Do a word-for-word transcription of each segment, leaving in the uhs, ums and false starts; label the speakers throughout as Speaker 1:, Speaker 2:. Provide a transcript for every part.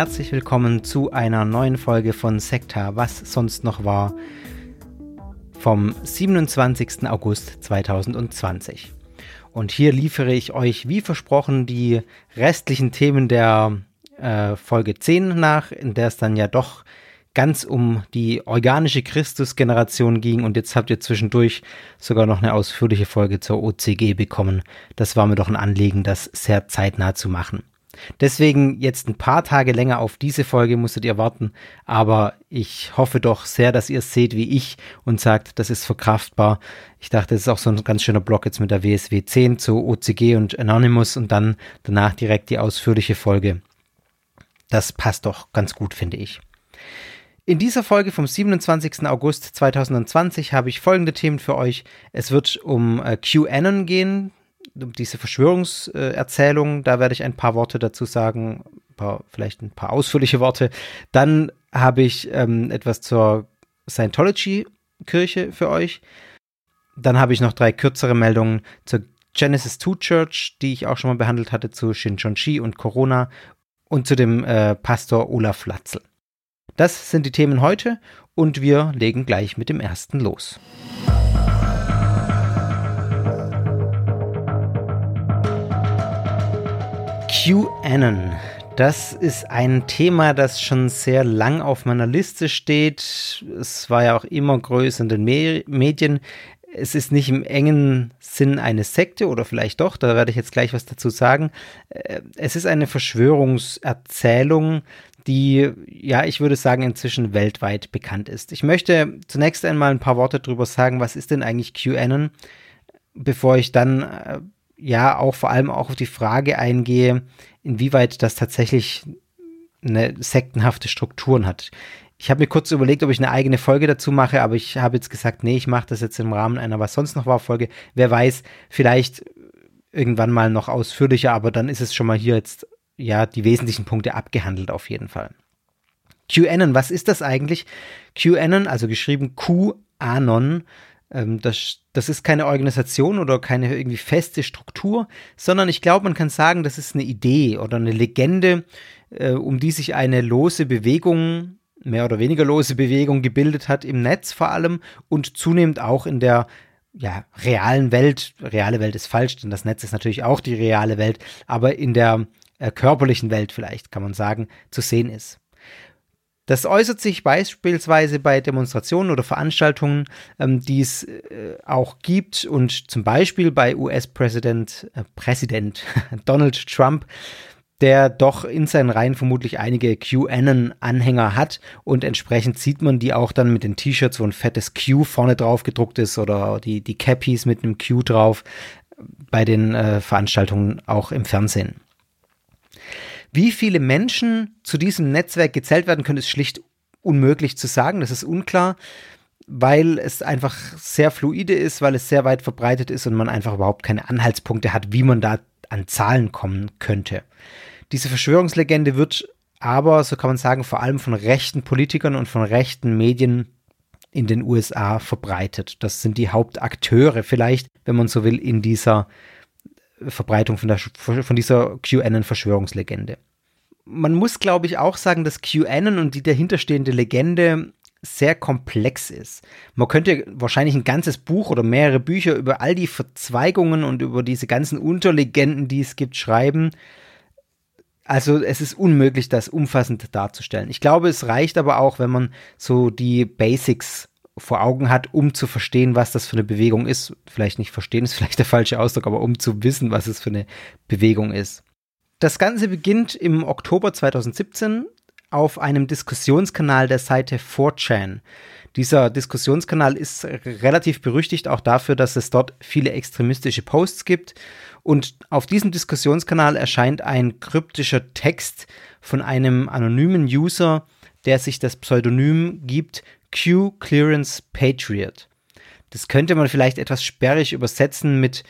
Speaker 1: herzlich willkommen zu einer neuen Folge von Sekta, was sonst noch war, vom siebenundzwanzigsten August zweitausendzwanzig. Und hier liefere ich euch, wie versprochen, die restlichen Themen der äh, Folge zehn nach, in der es dann ja doch ganz um die organische Christusgeneration ging, und jetzt habt ihr zwischendurch sogar noch eine ausführliche Folge zur O C G bekommen. Das war mir doch ein Anliegen, das sehr zeitnah zu machen. Deswegen jetzt ein paar Tage länger auf diese Folge musstet ihr warten, aber ich hoffe doch sehr, dass ihr es seht wie ich und sagt, das ist verkraftbar. Ich dachte, das ist auch so ein ganz schöner Block jetzt mit der W S W zehn zu O C G und Anonymous und dann danach direkt die ausführliche Folge. Das passt doch ganz gut, finde ich. In dieser Folge vom siebenundzwanzigsten August zweitausendzwanzig habe ich folgende Themen für euch. Es wird um äh, QAnon gehen, um diese Verschwörungserzählung. Da werde ich ein paar Worte dazu sagen, ein paar, vielleicht ein paar ausführliche Worte. Dann habe ich ähm, etwas zur Scientology-Kirche für euch. Dann habe ich noch drei kürzere Meldungen zur Genesis two Church, die ich auch schon mal behandelt hatte, zu Shincheonji und Corona und zu dem äh, Pastor Olaf Latzel. Das sind die Themen heute und wir legen gleich mit dem ersten los. QAnon. Das ist ein Thema, das schon sehr lang auf meiner Liste steht. Es war ja auch immer größer in den Me- Medien. Es ist nicht im engen Sinn eine Sekte oder vielleicht doch, da werde ich jetzt gleich was dazu sagen. Es ist eine Verschwörungserzählung, die, ja, ich würde sagen, inzwischen weltweit bekannt ist. Ich möchte zunächst einmal ein paar Worte darüber sagen, was ist denn eigentlich QAnon, bevor ich dann, äh, ja, auch vor allem auch auf die Frage eingehe, inwieweit das tatsächlich eine sektenhafte Strukturen hat. Ich habe mir kurz überlegt, ob ich eine eigene Folge dazu mache, aber ich habe jetzt gesagt, nee, ich mache das jetzt im Rahmen einer Was sonst noch war Folge. Wer weiß, vielleicht irgendwann mal noch ausführlicher, aber dann ist es schon mal hier jetzt, ja, die wesentlichen Punkte abgehandelt auf jeden Fall. QAnon, was ist das eigentlich? QAnon, also geschrieben QAnon, ähm, das, das ist keine Organisation oder keine irgendwie feste Struktur, sondern ich glaube, man kann sagen, das ist eine Idee oder eine Legende, äh, um die sich eine lose Bewegung, mehr oder weniger lose Bewegung gebildet hat, im Netz vor allem und zunehmend auch in der ja, realen Welt. Reale Welt ist falsch, denn das Netz ist natürlich auch die reale Welt, aber in der äh, körperlichen Welt vielleicht, kann man sagen, zu sehen ist. Das äußert sich beispielsweise bei Demonstrationen oder Veranstaltungen, ähm, die es äh, auch gibt, und zum Beispiel bei U S-Präsident äh, Präsident Donald Trump, der doch in seinen Reihen vermutlich einige QAnon-Anhänger hat, und entsprechend sieht man die auch dann mit den T-Shirts, wo ein fettes Q vorne drauf gedruckt ist, oder die, die Cappies mit einem Q drauf, bei den äh, Veranstaltungen auch im Fernsehen. Wie viele Menschen zu diesem Netzwerk gezählt werden können, ist schlicht unmöglich zu sagen. Das ist unklar, weil es einfach sehr fluide ist, weil es sehr weit verbreitet ist und man einfach überhaupt keine Anhaltspunkte hat, wie man da an Zahlen kommen könnte. Diese Verschwörungslegende wird aber, so kann man sagen, vor allem von rechten Politikern und von rechten Medien in den U S A verbreitet. Das sind die Hauptakteure vielleicht, wenn man so will, in dieser Verbreitung von, der, von dieser QAnon-Verschwörungslegende. Man muss, glaube ich, auch sagen, dass QAnon und die dahinterstehende Legende sehr komplex ist. Man könnte wahrscheinlich ein ganzes Buch oder mehrere Bücher über all die Verzweigungen und über diese ganzen Unterlegenden, die es gibt, schreiben. Also es ist unmöglich, das umfassend darzustellen. Ich glaube, es reicht aber auch, wenn man so die Basics vor Augen hat, um zu verstehen, was das für eine Bewegung ist. Vielleicht nicht verstehen ist vielleicht der falsche Ausdruck, aber um zu wissen, was es für eine Bewegung ist. Das Ganze beginnt im Oktober zweitausendsiebzehn auf einem Diskussionskanal der Seite four chan. Dieser Diskussionskanal ist relativ berüchtigt auch dafür, dass es dort viele extremistische Posts gibt. Und auf diesem Diskussionskanal erscheint ein kryptischer Text von einem anonymen User, der sich das Pseudonym gibt, Q Clearance Patriot. Das könnte man vielleicht etwas sperrig übersetzen mit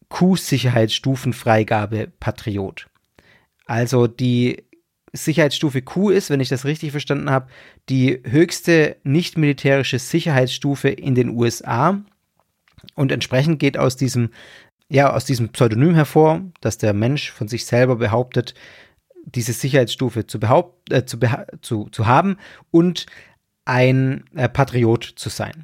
Speaker 1: Q-Sicherheitsstufenfreigabe Patriot. Also die Sicherheitsstufe Q ist, wenn ich das richtig verstanden habe, die höchste nicht-militärische Sicherheitsstufe in den U S A, und entsprechend geht aus diesem, ja, aus diesem Pseudonym hervor, dass der Mensch von sich selber behauptet, diese Sicherheitsstufe zu, behaupt, äh, zu, beha- zu, zu haben und ein äh, Patriot zu sein.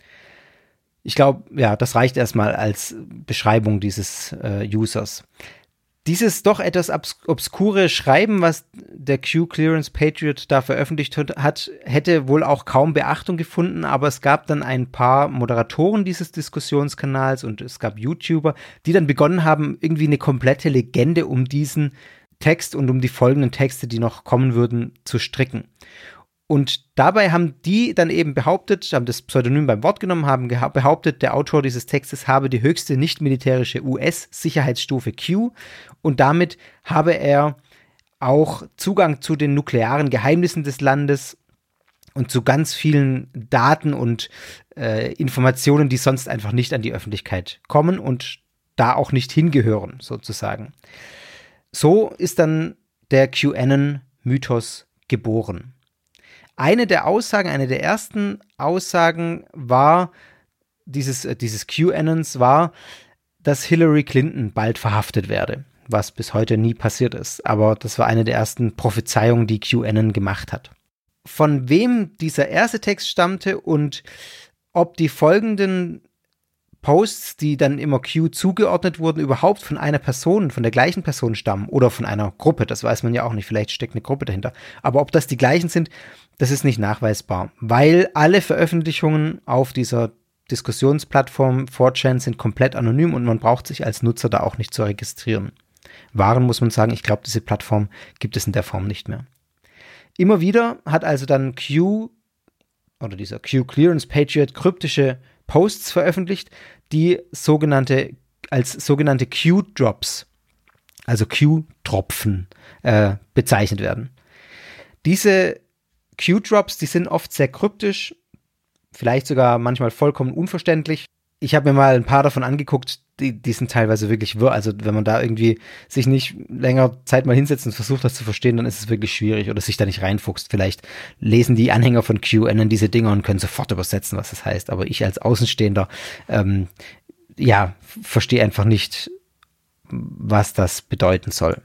Speaker 1: Ich glaube, ja, das reicht erstmal als Beschreibung dieses äh, Users. Dieses doch etwas obs- obskure Schreiben, was der Q-Clearance Patriot da veröffentlicht hat, hätte wohl auch kaum Beachtung gefunden, aber es gab dann ein paar Moderatoren dieses Diskussionskanals und es gab YouTuber, die dann begonnen haben, irgendwie eine komplette Legende um diesen Text und um die folgenden Texte, die noch kommen würden, zu stricken. Und dabei haben die dann eben behauptet, haben das Pseudonym beim Wort genommen, haben geha- behauptet, der Autor dieses Textes habe die höchste nicht-militärische U S-Sicherheitsstufe Q und damit habe er auch Zugang zu den nuklearen Geheimnissen des Landes und zu ganz vielen Daten und äh, Informationen, die sonst einfach nicht an die Öffentlichkeit kommen und da auch nicht hingehören, sozusagen. So ist dann der QAnon-Mythos geboren. Eine der Aussagen, eine der ersten Aussagen war, dieses, äh, dieses QAnons war, dass Hillary Clinton bald verhaftet werde, was bis heute nie passiert ist. Aber das war eine der ersten Prophezeiungen, die QAnon gemacht hat. Von wem dieser erste Text stammte und ob die folgenden Posts, die dann immer Q zugeordnet wurden, überhaupt von einer Person, von der gleichen Person stammen oder von einer Gruppe, das weiß man ja auch nicht, vielleicht steckt eine Gruppe dahinter. Aber ob das die gleichen sind, das ist nicht nachweisbar, weil alle Veröffentlichungen auf dieser Diskussionsplattform four chan sind komplett anonym und man braucht sich als Nutzer da auch nicht zu registrieren. Waren muss man sagen, ich glaube, diese Plattform gibt es in der Form nicht mehr. Immer wieder hat also dann Q oder dieser Q-Clearance Patriot kryptische Posts veröffentlicht, die sogenannte als sogenannte Q-Drops, also Q-Tropfen, äh, bezeichnet werden. Diese Q-Drops, die sind oft sehr kryptisch, vielleicht sogar manchmal vollkommen unverständlich. Ich habe mir mal ein paar davon angeguckt, die, die sind teilweise wirklich wirr. Also wenn man da irgendwie sich nicht länger Zeit mal hinsetzt und versucht, das zu verstehen, dann ist es wirklich schwierig oder sich da nicht reinfuchst. Vielleicht lesen die Anhänger von QAnon diese Dinger und können sofort übersetzen, was das heißt. Aber ich als Außenstehender, ähm, ja, verstehe einfach nicht, was das bedeuten soll.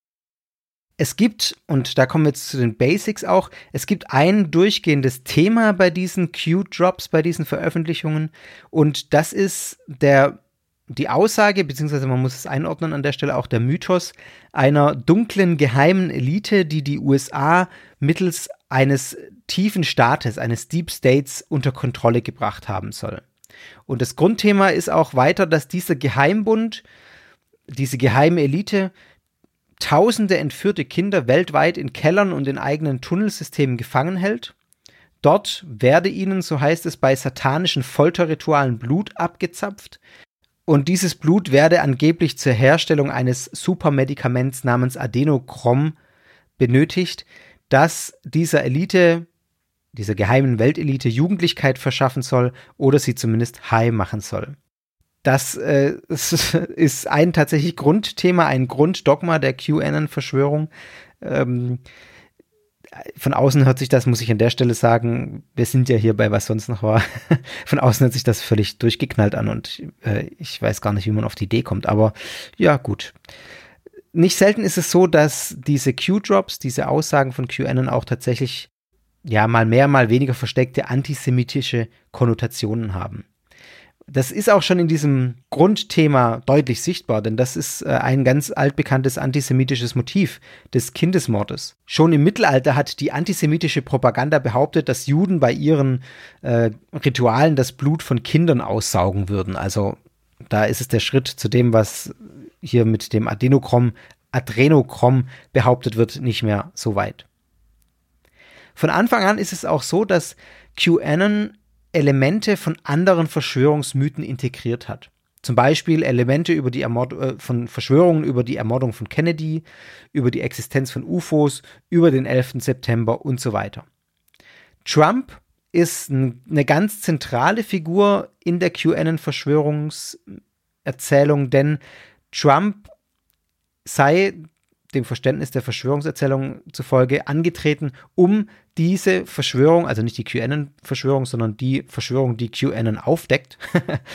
Speaker 1: Es gibt, und da kommen wir jetzt zu den Basics auch, es gibt ein durchgehendes Thema bei diesen Q-Drops, bei diesen Veröffentlichungen und das ist der, die Aussage, beziehungsweise man muss es einordnen an der Stelle auch der Mythos einer dunklen, geheimen Elite, die die U S A mittels eines tiefen Staates, eines Deep States unter Kontrolle gebracht haben soll. Und das Grundthema ist auch weiter, dass dieser Geheimbund, diese geheime Elite, tausende entführte Kinder weltweit in Kellern und in eigenen Tunnelsystemen gefangen hält. Dort werde ihnen, so heißt es, bei satanischen Folterritualen Blut abgezapft. Und dieses Blut werde angeblich zur Herstellung eines Supermedikaments namens Adenochrom benötigt, das dieser Elite, dieser geheimen Weltelite Jugendlichkeit verschaffen soll oder sie zumindest high machen soll. Das äh, ist ein tatsächlich Grundthema, ein Grunddogma der QAnon-Verschwörung. Ähm, von außen hört sich das, muss ich an der Stelle sagen, wir sind ja hier bei was sonst noch war, von außen hört sich das völlig durchgeknallt an und äh, ich weiß gar nicht, wie man auf die Idee kommt, aber ja, gut. Nicht selten ist es so, dass diese Q-Drops, diese Aussagen von QAnon auch tatsächlich ja mal mehr, mal weniger versteckte antisemitische Konnotationen haben. Das ist auch schon in diesem Grundthema deutlich sichtbar, denn das ist äh, ein ganz altbekanntes antisemitisches Motiv des Kindesmordes. Schon im Mittelalter hat die antisemitische Propaganda behauptet, dass Juden bei ihren äh, Ritualen das Blut von Kindern aussaugen würden. Also da ist es der Schritt zu dem, was hier mit dem Adenochrom, Adrenochrom behauptet wird, nicht mehr so weit. Von Anfang an ist es auch so, dass QAnon Elemente von anderen Verschwörungsmythen integriert hat. Zum Beispiel Elemente über die Ermord- äh, von Verschwörungen über die Ermordung von Kennedy, über die Existenz von U F Os, über den elften September und so weiter. Trump ist n- eine ganz zentrale Figur in der QAnon-Verschwörungserzählung, denn Trump sei dem Verständnis der Verschwörungserzählung zufolge angetreten, um diese Verschwörung, also nicht die QAnon-Verschwörung, sondern die Verschwörung, die QAnon aufdeckt,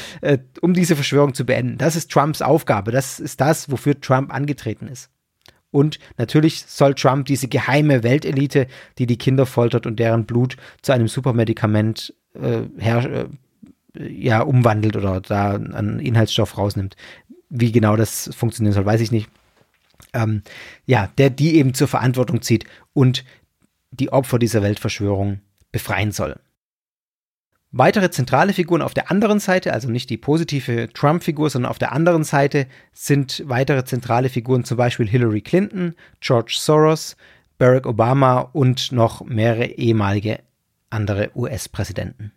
Speaker 1: um diese Verschwörung zu beenden. Das ist Trumps Aufgabe. Das ist das, wofür Trump angetreten ist. Und natürlich soll Trump diese geheime Weltelite, die die Kinder foltert und deren Blut zu einem Supermedikament äh, her, äh, ja, umwandelt oder da einen Inhaltsstoff rausnimmt. Wie genau das funktionieren soll, weiß ich nicht. Ähm, ja, der die eben zur Verantwortung zieht und die Opfer dieser Weltverschwörung befreien soll. Weitere zentrale Figuren auf der anderen Seite, also nicht die positive Trump-Figur, sondern auf der anderen Seite sind weitere zentrale Figuren, zum Beispiel Hillary Clinton, George Soros, Barack Obama und noch mehrere ehemalige andere U S-Präsidenten.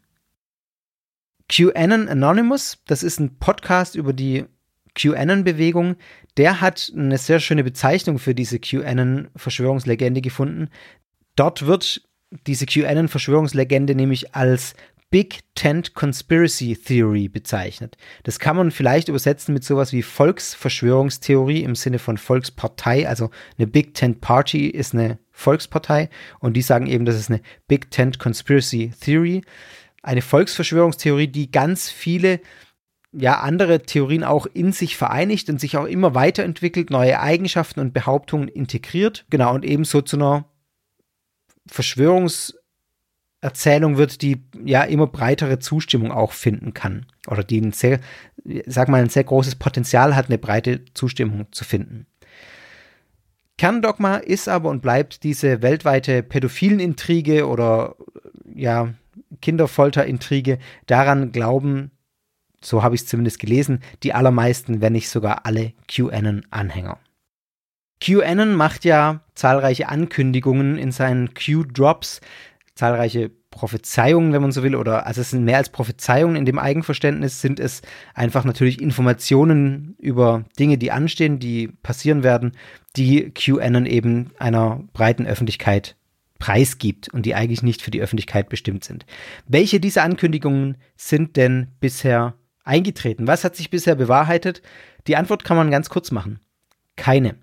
Speaker 1: QAnon Anonymous, das ist ein Podcast über die QAnon-Bewegung, der hat eine sehr schöne Bezeichnung für diese QAnon-Verschwörungslegende gefunden. Dort wird diese QAnon-Verschwörungslegende nämlich als Big Tent Conspiracy Theory bezeichnet. Das kann man vielleicht übersetzen mit sowas wie Volksverschwörungstheorie im Sinne von Volkspartei. Also eine Big Tent Party ist eine Volkspartei und die sagen eben, das ist eine Big Tent Conspiracy Theory. Eine Volksverschwörungstheorie, die ganz viele ja, andere Theorien auch in sich vereinigt und sich auch immer weiterentwickelt, neue Eigenschaften und Behauptungen integriert. Genau, und ebenso zu einer Verschwörungs- Erzählung wird, die ja immer breitere Zustimmung auch finden kann oder die ein sehr, sag mal, ein sehr großes Potenzial hat, eine breite Zustimmung zu finden. Kerndogma ist aber und bleibt diese weltweite Pädophilen-Intrige oder ja, Kinderfolter-Intrige. Daran glauben, so habe ich es zumindest gelesen, die allermeisten, wenn nicht sogar alle QAnon-Anhänger. QAnon macht ja zahlreiche Ankündigungen in seinen Q-Drops, zahlreiche Prophezeiungen, wenn man so will, oder also es sind mehr als Prophezeiungen in dem Eigenverständnis, sind es einfach natürlich Informationen über Dinge, die anstehen, die passieren werden, die QAnon eben einer breiten Öffentlichkeit preisgibt und die eigentlich nicht für die Öffentlichkeit bestimmt sind. Welche dieser Ankündigungen sind denn bisher eingetreten? Was hat sich bisher bewahrheitet? Die Antwort kann man ganz kurz machen. Keine.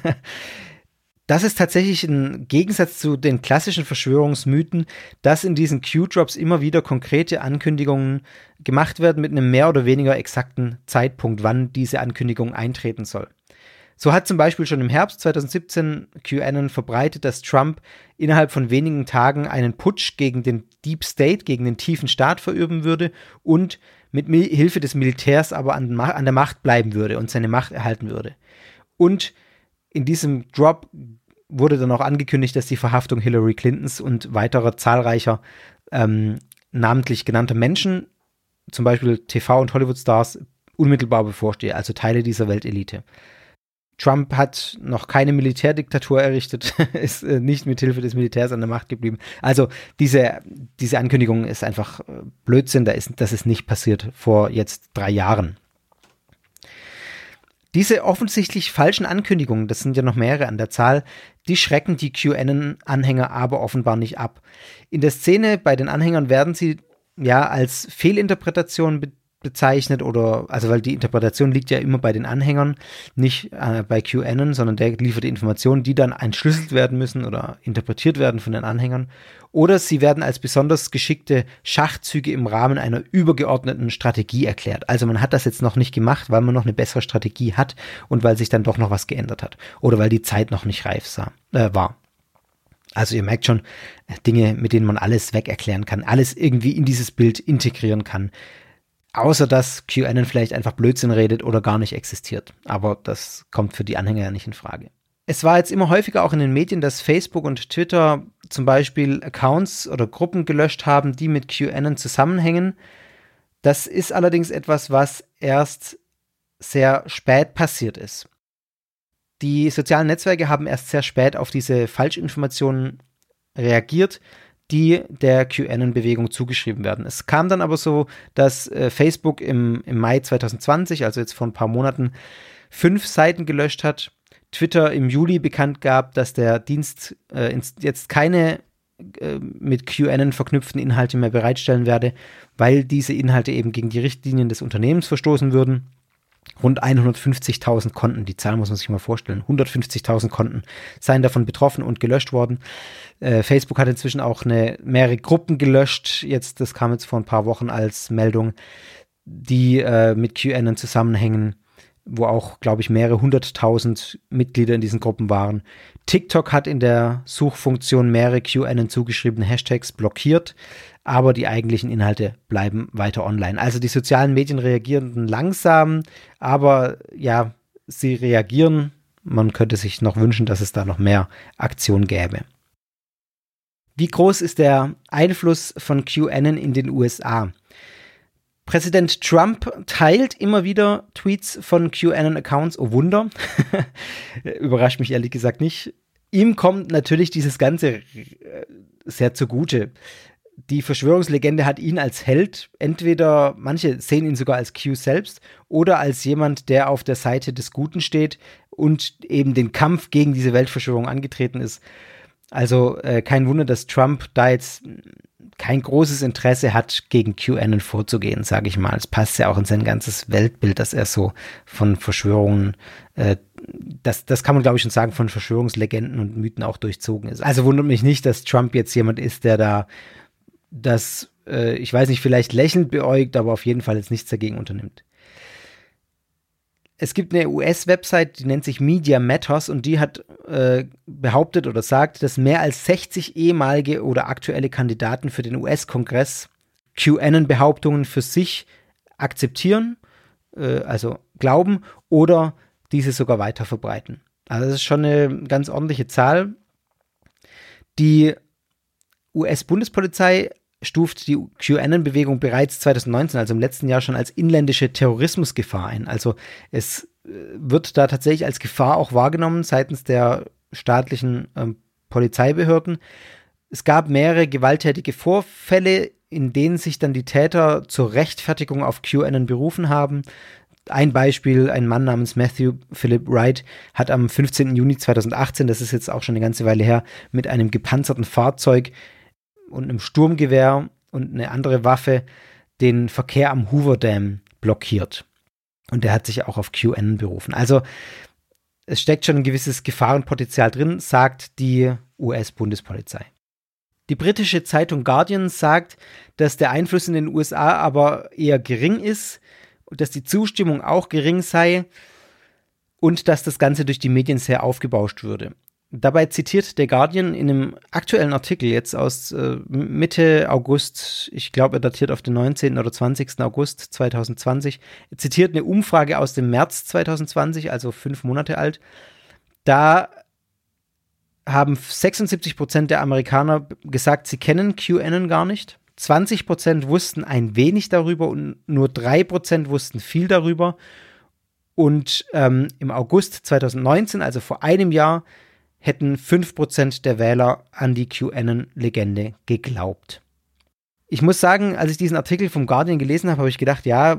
Speaker 1: Das ist tatsächlich ein Gegensatz zu den klassischen Verschwörungsmythen, dass in diesen Q-Drops immer wieder konkrete Ankündigungen gemacht werden mit einem mehr oder weniger exakten Zeitpunkt, wann diese Ankündigung eintreten soll. So hat zum Beispiel schon im Herbst zwanzig siebzehn QAnon verbreitet, dass Trump innerhalb von wenigen Tagen einen Putsch gegen den Deep State, gegen den tiefen Staat verüben würde und mit Hilfe des Militärs aber an, an der Macht bleiben würde und seine Macht erhalten würde. Und in diesem Drop wurde dann auch angekündigt, dass die Verhaftung Hillary Clintons und weiterer zahlreicher ähm, namentlich genannter Menschen, zum Beispiel T V- und Hollywood-Stars, unmittelbar bevorstehe, also Teile dieser Weltelite. Trump hat noch keine Militärdiktatur errichtet, ist äh, nicht mit Hilfe des Militärs an der Macht geblieben. Also diese, diese Ankündigung ist einfach Blödsinn, da ist, das ist nicht passiert vor jetzt drei Jahren. Diese offensichtlich falschen Ankündigungen, das sind ja noch mehrere an der Zahl, die schrecken die QAnon-Anhänger aber offenbar nicht ab. In der Szene bei den Anhängern werden sie ja als Fehlinterpretation be- bezeichnet oder, also weil die Interpretation liegt ja immer bei den Anhängern, nicht äh, bei QAnon, sondern der liefert die Informationen, die dann entschlüsselt werden müssen oder interpretiert werden von den Anhängern. Oder sie werden als besonders geschickte Schachzüge im Rahmen einer übergeordneten Strategie erklärt. Also man hat das jetzt noch nicht gemacht, weil man noch eine bessere Strategie hat und weil sich dann doch noch was geändert hat. Oder weil die Zeit noch nicht reif sah, äh, war. Also ihr merkt schon, Dinge, mit denen man alles weg erklären kann, alles irgendwie in dieses Bild integrieren kann. Außer dass QAnon vielleicht einfach Blödsinn redet oder gar nicht existiert. Aber das kommt für die Anhänger ja nicht in Frage. Es war jetzt immer häufiger auch in den Medien, dass Facebook und Twitter zum Beispiel Accounts oder Gruppen gelöscht haben, die mit QAnon zusammenhängen. Das ist allerdings etwas, was erst sehr spät passiert ist. Die sozialen Netzwerke haben erst sehr spät auf diese Falschinformationen reagiert, die der QAnon-Bewegung zugeschrieben werden. Es kam dann aber so, dass äh, Facebook im, im Mai zwanzig zwanzig, also jetzt vor ein paar Monaten, fünf Seiten gelöscht hat. Twitter im Juli bekannt gab, dass der Dienst äh, jetzt keine äh, mit QAnon verknüpften Inhalte mehr bereitstellen werde, weil diese Inhalte eben gegen die Richtlinien des Unternehmens verstoßen würden. Rund hundertfünfzigtausend Konten, die Zahl muss man sich mal vorstellen, hundertfünfzigtausend Konten seien davon betroffen und gelöscht worden. Äh, Facebook hat inzwischen auch eine, mehrere Gruppen gelöscht, jetzt, das kam jetzt vor ein paar Wochen als Meldung, die äh, mit QAnon zusammenhängen. wo auch, glaube ich, mehrere hunderttausend Mitglieder in diesen Gruppen waren. TikTok hat in der Suchfunktion mehrere QAnon zugeschriebene Hashtags blockiert, aber die eigentlichen Inhalte bleiben weiter online. Also die sozialen Medien reagieren langsam, aber ja, sie reagieren. Man könnte sich noch wünschen, dass es da noch mehr Aktion gäbe. Wie groß ist der Einfluss von QAnon in den U S A? Präsident Trump teilt immer wieder Tweets von QAnon-Accounts. Oh Wunder. Überrascht mich ehrlich gesagt nicht. Ihm kommt natürlich dieses Ganze sehr zugute. Die Verschwörungslegende hat ihn als Held, entweder manche sehen ihn sogar als Q selbst oder als jemand, der auf der Seite des Guten steht und eben den Kampf gegen diese Weltverschwörung angetreten ist. Also äh, kein Wunder, dass Trump da jetzt kein großes Interesse hat, gegen QAnon vorzugehen, sage ich mal. Es passt ja auch in sein ganzes Weltbild, dass er so von Verschwörungen, äh, das, das kann man glaube ich schon sagen, von Verschwörungslegenden und Mythen auch durchzogen ist. Also wundert mich nicht, dass Trump jetzt jemand ist, der da das, äh, ich weiß nicht, vielleicht lächelnd beäugt, aber auf jeden Fall jetzt nichts dagegen unternimmt. Es gibt eine U S-Website, die nennt sich Media Matters und die hat äh, behauptet oder sagt, dass mehr als sechzig ehemalige oder aktuelle Kandidaten für den U S-Kongress QAnon-Behauptungen für sich akzeptieren, äh, also glauben oder diese sogar weiter verbreiten. Also das ist schon eine ganz ordentliche Zahl. Die U S-Bundespolizei stuft die QAnon-Bewegung bereits zwanzig neunzehn, also im letzten Jahr, schon als inländische Terrorismusgefahr ein. Also es wird da tatsächlich als Gefahr auch wahrgenommen seitens der staatlichen ähm, Polizeibehörden. Es gab mehrere gewalttätige Vorfälle, in denen sich dann die Täter zur Rechtfertigung auf QAnon berufen haben. Ein Beispiel, ein Mann namens Matthew Philip Wright hat am fünfzehnten Juni zweitausendachtzehn, das ist jetzt auch schon eine ganze Weile her, mit einem gepanzerten Fahrzeug und einem Sturmgewehr und eine andere Waffe den Verkehr am Hoover Dam blockiert. Und der hat sich auch auf QAnon berufen. Also es steckt schon ein gewisses Gefahrenpotenzial drin, sagt die U S-Bundespolizei. Die britische Zeitung Guardian sagt, dass der Einfluss in den U S A aber eher gering ist, dass die Zustimmung auch gering sei und dass das Ganze durch die Medien sehr aufgebauscht würde. Dabei zitiert der Guardian in einem aktuellen Artikel jetzt aus äh, Mitte August, ich glaube, er datiert auf den neunzehnten oder zwanzigsten August zweitausendzwanzig, er zitiert eine Umfrage aus dem März zweitausendzwanzig, also fünf Monate alt. Da haben sechsundsiebzig Prozent der Amerikaner gesagt, sie kennen QAnon gar nicht. zwanzig Prozent wussten ein wenig darüber und nur drei Prozent wussten viel darüber. Und ähm, im August zweitausendneunzehn, also vor einem Jahr, hätten fünf Prozent der Wähler an die QAnon-Legende geglaubt. Ich muss sagen, als ich diesen Artikel vom Guardian gelesen habe, habe ich gedacht, ja,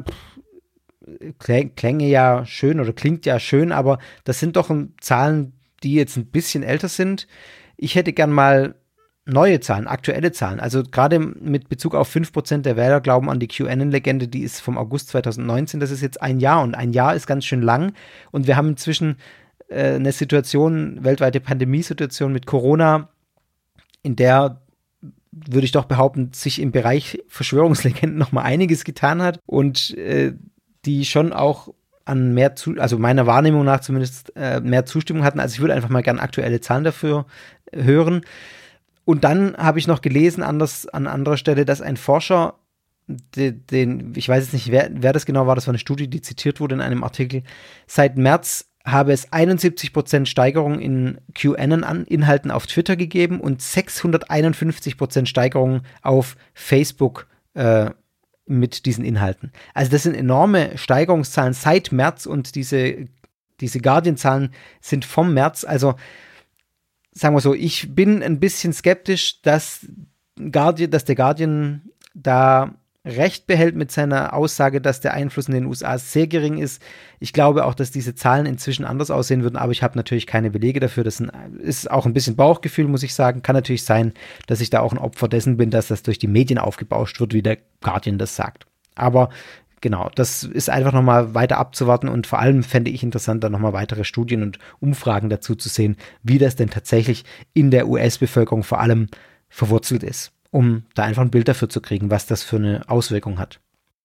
Speaker 1: pff, klänge ja schön oder klingt ja schön, aber das sind doch Zahlen, die jetzt ein bisschen älter sind. Ich hätte gern mal neue Zahlen, aktuelle Zahlen. Also gerade mit Bezug auf fünf Prozent der Wähler glauben an die QAnon-Legende, die ist vom August zweitausendneunzehn, das ist jetzt ein Jahr und ein Jahr ist ganz schön lang und wir haben inzwischen eine Situation, weltweite Pandemiesituation mit Corona, in der, würde ich doch behaupten, sich im Bereich Verschwörungslegenden noch mal einiges getan hat und äh, die schon auch an mehr, zu, also meiner Wahrnehmung nach zumindest äh, mehr Zustimmung hatten. Also ich würde einfach mal gerne aktuelle Zahlen dafür hören. Und dann habe ich noch gelesen, anders, an anderer Stelle, dass ein Forscher, den, den ich weiß jetzt nicht, wer, wer das genau war, das war eine Studie, die zitiert wurde in einem Artikel, seit März habe es einundsiebzig Prozent Steigerung in QAnon-Inhalten auf Twitter gegeben und sechshunderteinundfünfzig Prozent Steigerung auf Facebook äh, mit diesen Inhalten. Also das sind enorme Steigerungszahlen seit März und diese, diese Guardian-Zahlen sind vom März. Also sagen wir so, ich bin ein bisschen skeptisch, dass, Guardian, dass der Guardian da Recht behält mit seiner Aussage, dass der Einfluss in den U S A sehr gering ist. Ich glaube auch, dass diese Zahlen inzwischen anders aussehen würden, aber ich habe natürlich keine Belege dafür. Das ist auch ein bisschen Bauchgefühl, muss ich sagen. Kann natürlich sein, dass ich da auch ein Opfer dessen bin, dass das durch die Medien aufgebauscht wird, wie der Guardian das sagt. Aber genau, das ist einfach nochmal weiter abzuwarten und vor allem fände ich interessant, da nochmal weitere Studien und Umfragen dazu zu sehen, wie das denn tatsächlich in der U S-Bevölkerung vor allem verwurzelt ist, um da einfach ein Bild dafür zu kriegen, was das für eine Auswirkung hat.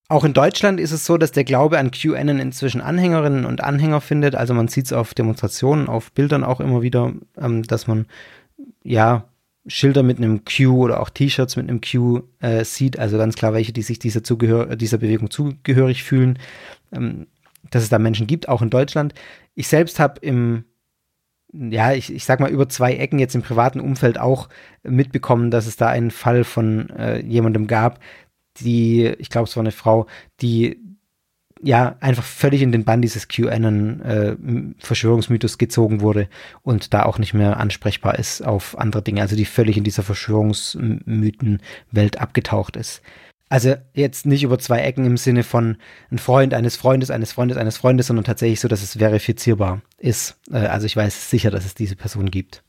Speaker 1: Auch in Deutschland ist es so, dass der Glaube an QAnon inzwischen Anhängerinnen und Anhänger findet. Also man sieht es auf Demonstrationen, auf Bildern auch immer wieder, ähm, dass man ja Schilder mit einem Q oder auch T-Shirts mit einem Q äh, sieht. Also ganz klar welche, die sich dieser, Zugehör- dieser Bewegung zugehörig fühlen. Ähm, dass es da Menschen gibt, auch in Deutschland. Ich selbst habe im, ja, ich, ich sag mal, über zwei Ecken jetzt im privaten Umfeld auch mitbekommen, dass es da einen Fall von äh, jemandem gab, die, ich glaube, es war eine Frau, die ja einfach völlig in den Bann dieses QAnon-Verschwörungsmythos äh, gezogen wurde und da auch nicht mehr ansprechbar ist auf andere Dinge, also die völlig in dieser Verschwörungsmythenwelt abgetaucht ist. Also jetzt nicht über zwei Ecken im Sinne von ein Freund eines Freundes, eines Freundes, eines Freundes, sondern tatsächlich so, dass es verifizierbar ist. Äh, also ich weiß sicher, dass es diese Person gibt.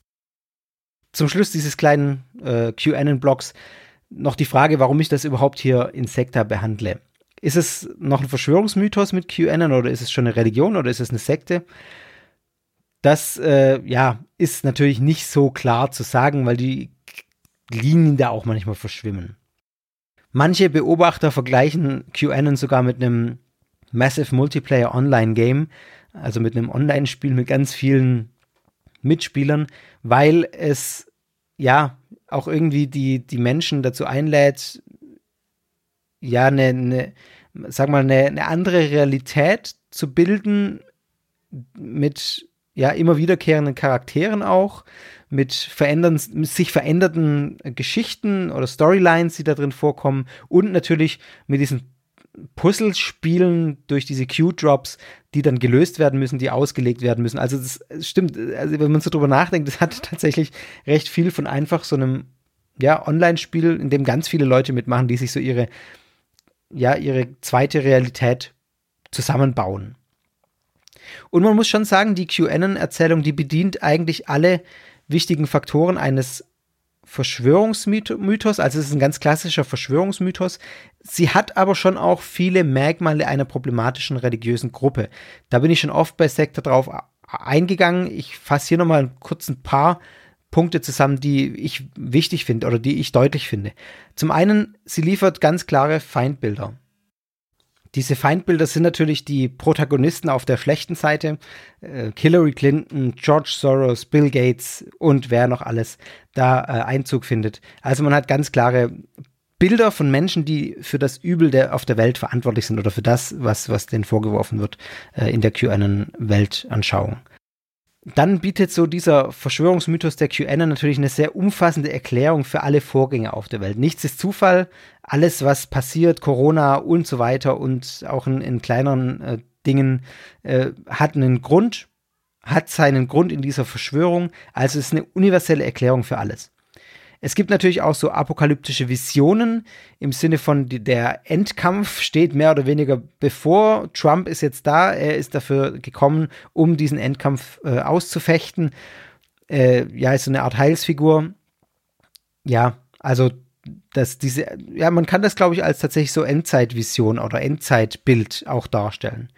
Speaker 1: Zum Schluss dieses kleinen äh, QAnon-Blogs noch die Frage, warum ich das überhaupt hier in Sekta behandle. Ist es noch ein Verschwörungsmythos mit QAnon oder ist es schon eine Religion oder ist es eine Sekte? Das äh, ja, ist natürlich nicht so klar zu sagen, weil die Linien da auch manchmal verschwimmen. Manche Beobachter vergleichen QAnon sogar mit einem Massive Multiplayer Online Game, also mit einem Online-Spiel mit ganz vielen Mitspielern, weil es ja auch irgendwie die, die Menschen dazu einlädt, ja, eine, eine sag mal, eine, eine andere Realität zu bilden mit ja immer wiederkehrenden Charakteren auch, mit verändern, mit sich veränderten Geschichten oder Storylines, die da drin vorkommen und natürlich mit diesen Puzzlespielen durch diese Q-Drops, die dann gelöst werden müssen, die ausgelegt werden müssen. Also das stimmt, also wenn man so drüber nachdenkt, das hat tatsächlich recht viel von einfach so einem ja, Online-Spiel, in dem ganz viele Leute mitmachen, die sich so ihre ja, ihre zweite Realität zusammenbauen. Und man muss schon sagen, die QAnon-Erzählung, die bedient eigentlich alle wichtigen Faktoren eines Verschwörungsmythos, also es ist ein ganz klassischer Verschwörungsmythos. Sie hat aber schon auch viele Merkmale einer problematischen religiösen Gruppe. Da bin ich schon oft bei Sekta drauf eingegangen. Ich fasse hier nochmal kurz ein paar Punkte zusammen, die ich wichtig finde oder die ich deutlich finde. Zum einen, sie liefert ganz klare Feindbilder. Diese Feindbilder sind natürlich die Protagonisten auf der schlechten Seite. Äh, Hillary Clinton, George Soros, Bill Gates und wer noch alles da äh, Einzug findet. Also man hat ganz klare Bilder von Menschen, die für das Übel der, auf der Welt verantwortlich sind oder für das, was, was denen vorgeworfen wird äh, in der QAnon-Weltanschauung. Dann bietet so dieser Verschwörungsmythos der QAnon natürlich eine sehr umfassende Erklärung für alle Vorgänge auf der Welt. Nichts ist Zufall, alles was passiert, Corona und so weiter und auch in, in kleineren äh, Dingen äh, hat einen Grund, hat seinen Grund in dieser Verschwörung, also es ist eine universelle Erklärung für alles. Es gibt natürlich auch so apokalyptische Visionen im Sinne von, die, der Endkampf steht mehr oder weniger bevor. Trump ist jetzt da, er ist dafür gekommen, um diesen Endkampf äh, auszufechten. Äh, ja, ist so eine Art Heilsfigur. Ja, also dass diese, ja, man kann das, glaube ich, als tatsächlich so Endzeitvision oder Endzeitbild auch darstellen.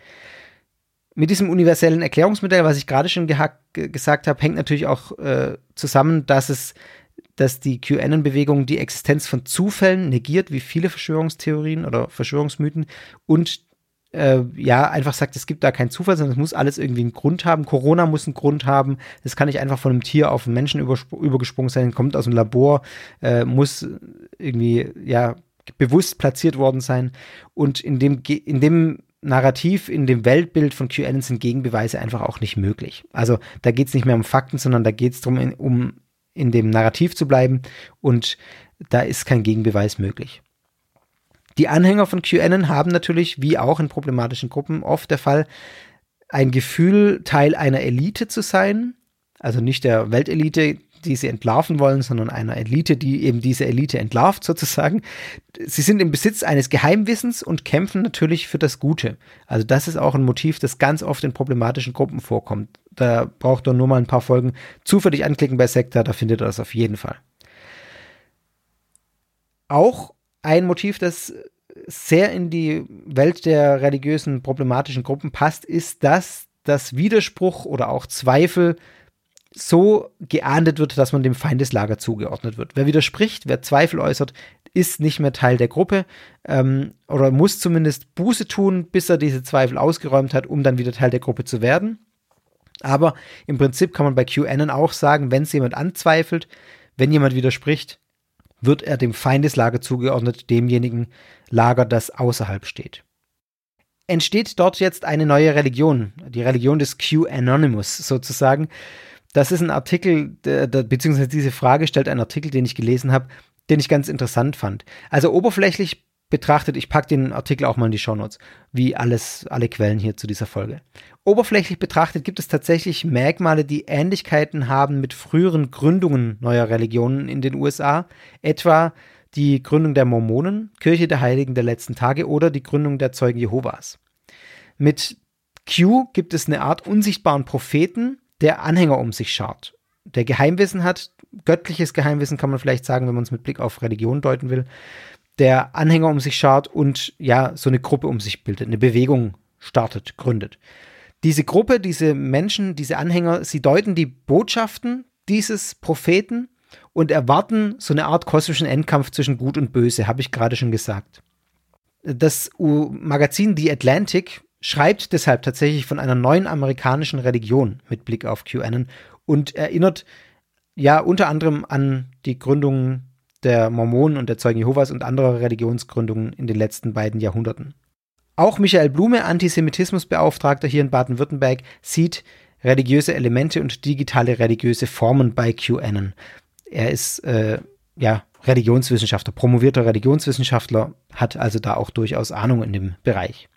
Speaker 1: Mit diesem universellen Erklärungsmodell, was ich gerade schon geha- gesagt habe, hängt natürlich auch äh, zusammen, dass es dass die QAnon-Bewegung die Existenz von Zufällen negiert, wie viele Verschwörungstheorien oder Verschwörungsmythen und äh, ja, einfach sagt, es gibt da keinen Zufall, sondern es muss alles irgendwie einen Grund haben. Corona muss einen Grund haben. Das kann nicht einfach von einem Tier auf einen Menschen übersp- übergesprungen sein, kommt aus dem Labor, äh, muss irgendwie, ja, bewusst platziert worden sein. Und in dem, in dem Narrativ, in dem Weltbild von QAnon sind Gegenbeweise einfach auch nicht möglich. Also da geht es nicht mehr um Fakten, sondern da geht es darum, in, um in dem Narrativ zu bleiben und da ist kein Gegenbeweis möglich. Die Anhänger von QAnon haben natürlich, wie auch in problematischen Gruppen oft der Fall, ein Gefühl, Teil einer Elite zu sein, also nicht der Weltelite, die sie entlarven wollen, sondern einer Elite, die eben diese Elite entlarvt sozusagen. Sie sind im Besitz eines Geheimwissens und kämpfen natürlich für das Gute. Also das ist auch ein Motiv, das ganz oft in problematischen Gruppen vorkommt. Da braucht ihr nur mal ein paar Folgen zufällig anklicken bei Sekta, da findet ihr das auf jeden Fall. Auch ein Motiv, das sehr in die Welt der religiösen problematischen Gruppen passt, ist, dass das Widerspruch oder auch Zweifel so geahndet wird, dass man dem Feindeslager zugeordnet wird. Wer widerspricht, wer Zweifel äußert, ist nicht mehr Teil der Gruppe ähm, oder muss zumindest Buße tun, bis er diese Zweifel ausgeräumt hat, um dann wieder Teil der Gruppe zu werden. Aber im Prinzip kann man bei QAnon auch sagen, wenn es jemand anzweifelt, wenn jemand widerspricht, wird er dem Feindeslager zugeordnet, demjenigen Lager, das außerhalb steht. Entsteht dort jetzt eine neue Religion, die Religion des QAnonymous sozusagen. Das ist ein Artikel, der, der, beziehungsweise diese Frage stellt ein Artikel, den ich gelesen habe, den ich ganz interessant fand. Also oberflächlich betrachtet, ich packe den Artikel auch mal in die Shownotes, wie alles, alle Quellen hier zu dieser Folge. Oberflächlich betrachtet gibt es tatsächlich Merkmale, die Ähnlichkeiten haben mit früheren Gründungen neuer Religionen in den U S A, etwa die Gründung der Mormonen, Kirche der Heiligen der letzten Tage oder die Gründung der Zeugen Jehovas. Mit Q gibt es eine Art unsichtbaren Propheten, der Anhänger um sich schart, der Geheimwissen hat, göttliches Geheimwissen kann man vielleicht sagen, wenn man es mit Blick auf Religion deuten will, der Anhänger um sich schart und ja, so eine Gruppe um sich bildet, eine Bewegung startet, gründet. Diese Gruppe, diese Menschen, diese Anhänger, sie deuten die Botschaften dieses Propheten und erwarten so eine Art kosmischen Endkampf zwischen Gut und Böse, habe ich gerade schon gesagt. Das Magazin The Atlantic schreibt deshalb tatsächlich von einer neuen amerikanischen Religion mit Blick auf QAnon und erinnert ja unter anderem an die Gründung der Mormonen und der Zeugen Jehovas und anderer Religionsgründungen in den letzten beiden Jahrhunderten. Auch Michael Blume, Antisemitismusbeauftragter hier in Baden-Württemberg, sieht religiöse Elemente und digitale religiöse Formen bei QAnon. Er ist äh, ja Religionswissenschaftler, promovierter Religionswissenschaftler, hat also da auch durchaus Ahnung in dem Bereich.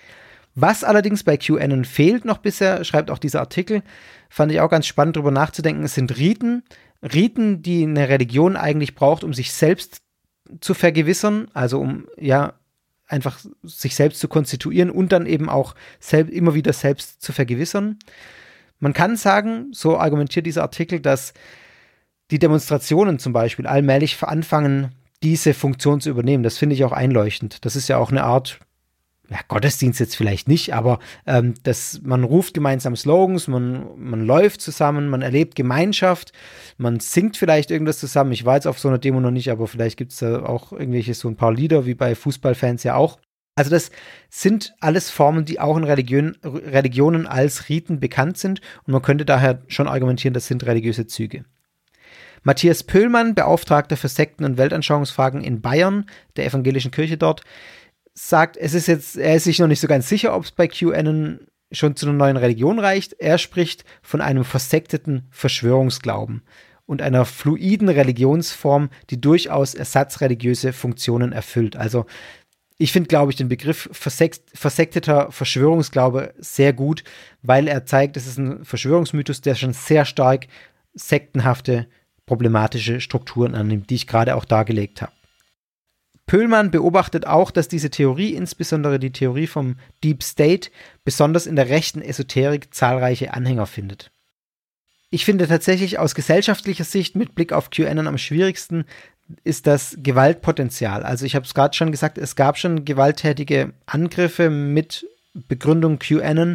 Speaker 1: Was allerdings bei QAnon fehlt noch bisher, schreibt auch dieser Artikel, fand ich auch ganz spannend darüber nachzudenken, es sind Riten, Riten, die eine Religion eigentlich braucht, um sich selbst zu vergewissern, also um ja einfach sich selbst zu konstituieren und dann eben auch selb- immer wieder selbst zu vergewissern. Man kann sagen, so argumentiert dieser Artikel, dass die Demonstrationen zum Beispiel allmählich anfangen, diese Funktion zu übernehmen. Das finde ich auch einleuchtend. Das ist ja auch eine Art, ja, Gottesdienst jetzt vielleicht nicht, aber ähm, das, man ruft gemeinsam Slogans, man, man läuft zusammen, man erlebt Gemeinschaft, man singt vielleicht irgendwas zusammen. Ich war jetzt auf so einer Demo noch nicht, aber vielleicht gibt es da auch irgendwelche so ein paar Lieder, wie bei Fußballfans ja auch. Also das sind alles Formen, die auch in Religion, Religionen als Riten bekannt sind und man könnte daher schon argumentieren, das sind religiöse Züge. Matthias Pöhlmann, Beauftragter für Sekten- und Weltanschauungsfragen in Bayern, der evangelischen Kirche dort, sagt, es ist jetzt, er ist sich noch nicht so ganz sicher, ob es bei QAnon schon zu einer neuen Religion reicht. Er spricht von einem versekteten Verschwörungsglauben und einer fluiden Religionsform, die durchaus ersatzreligiöse Funktionen erfüllt. Also ich finde, glaube ich, den Begriff versekt, versekteter Verschwörungsglaube sehr gut, weil er zeigt, es ist ein Verschwörungsmythos, der schon sehr stark sektenhafte, problematische Strukturen annimmt, die ich gerade auch dargelegt habe. Pöhlmann beobachtet auch, dass diese Theorie, insbesondere die Theorie vom Deep State, besonders in der rechten Esoterik zahlreiche Anhänger findet. Ich finde tatsächlich aus gesellschaftlicher Sicht mit Blick auf QAnon am schwierigsten ist das Gewaltpotenzial. Also ich habe es gerade schon gesagt, es gab schon gewalttätige Angriffe mit Begründung QAnon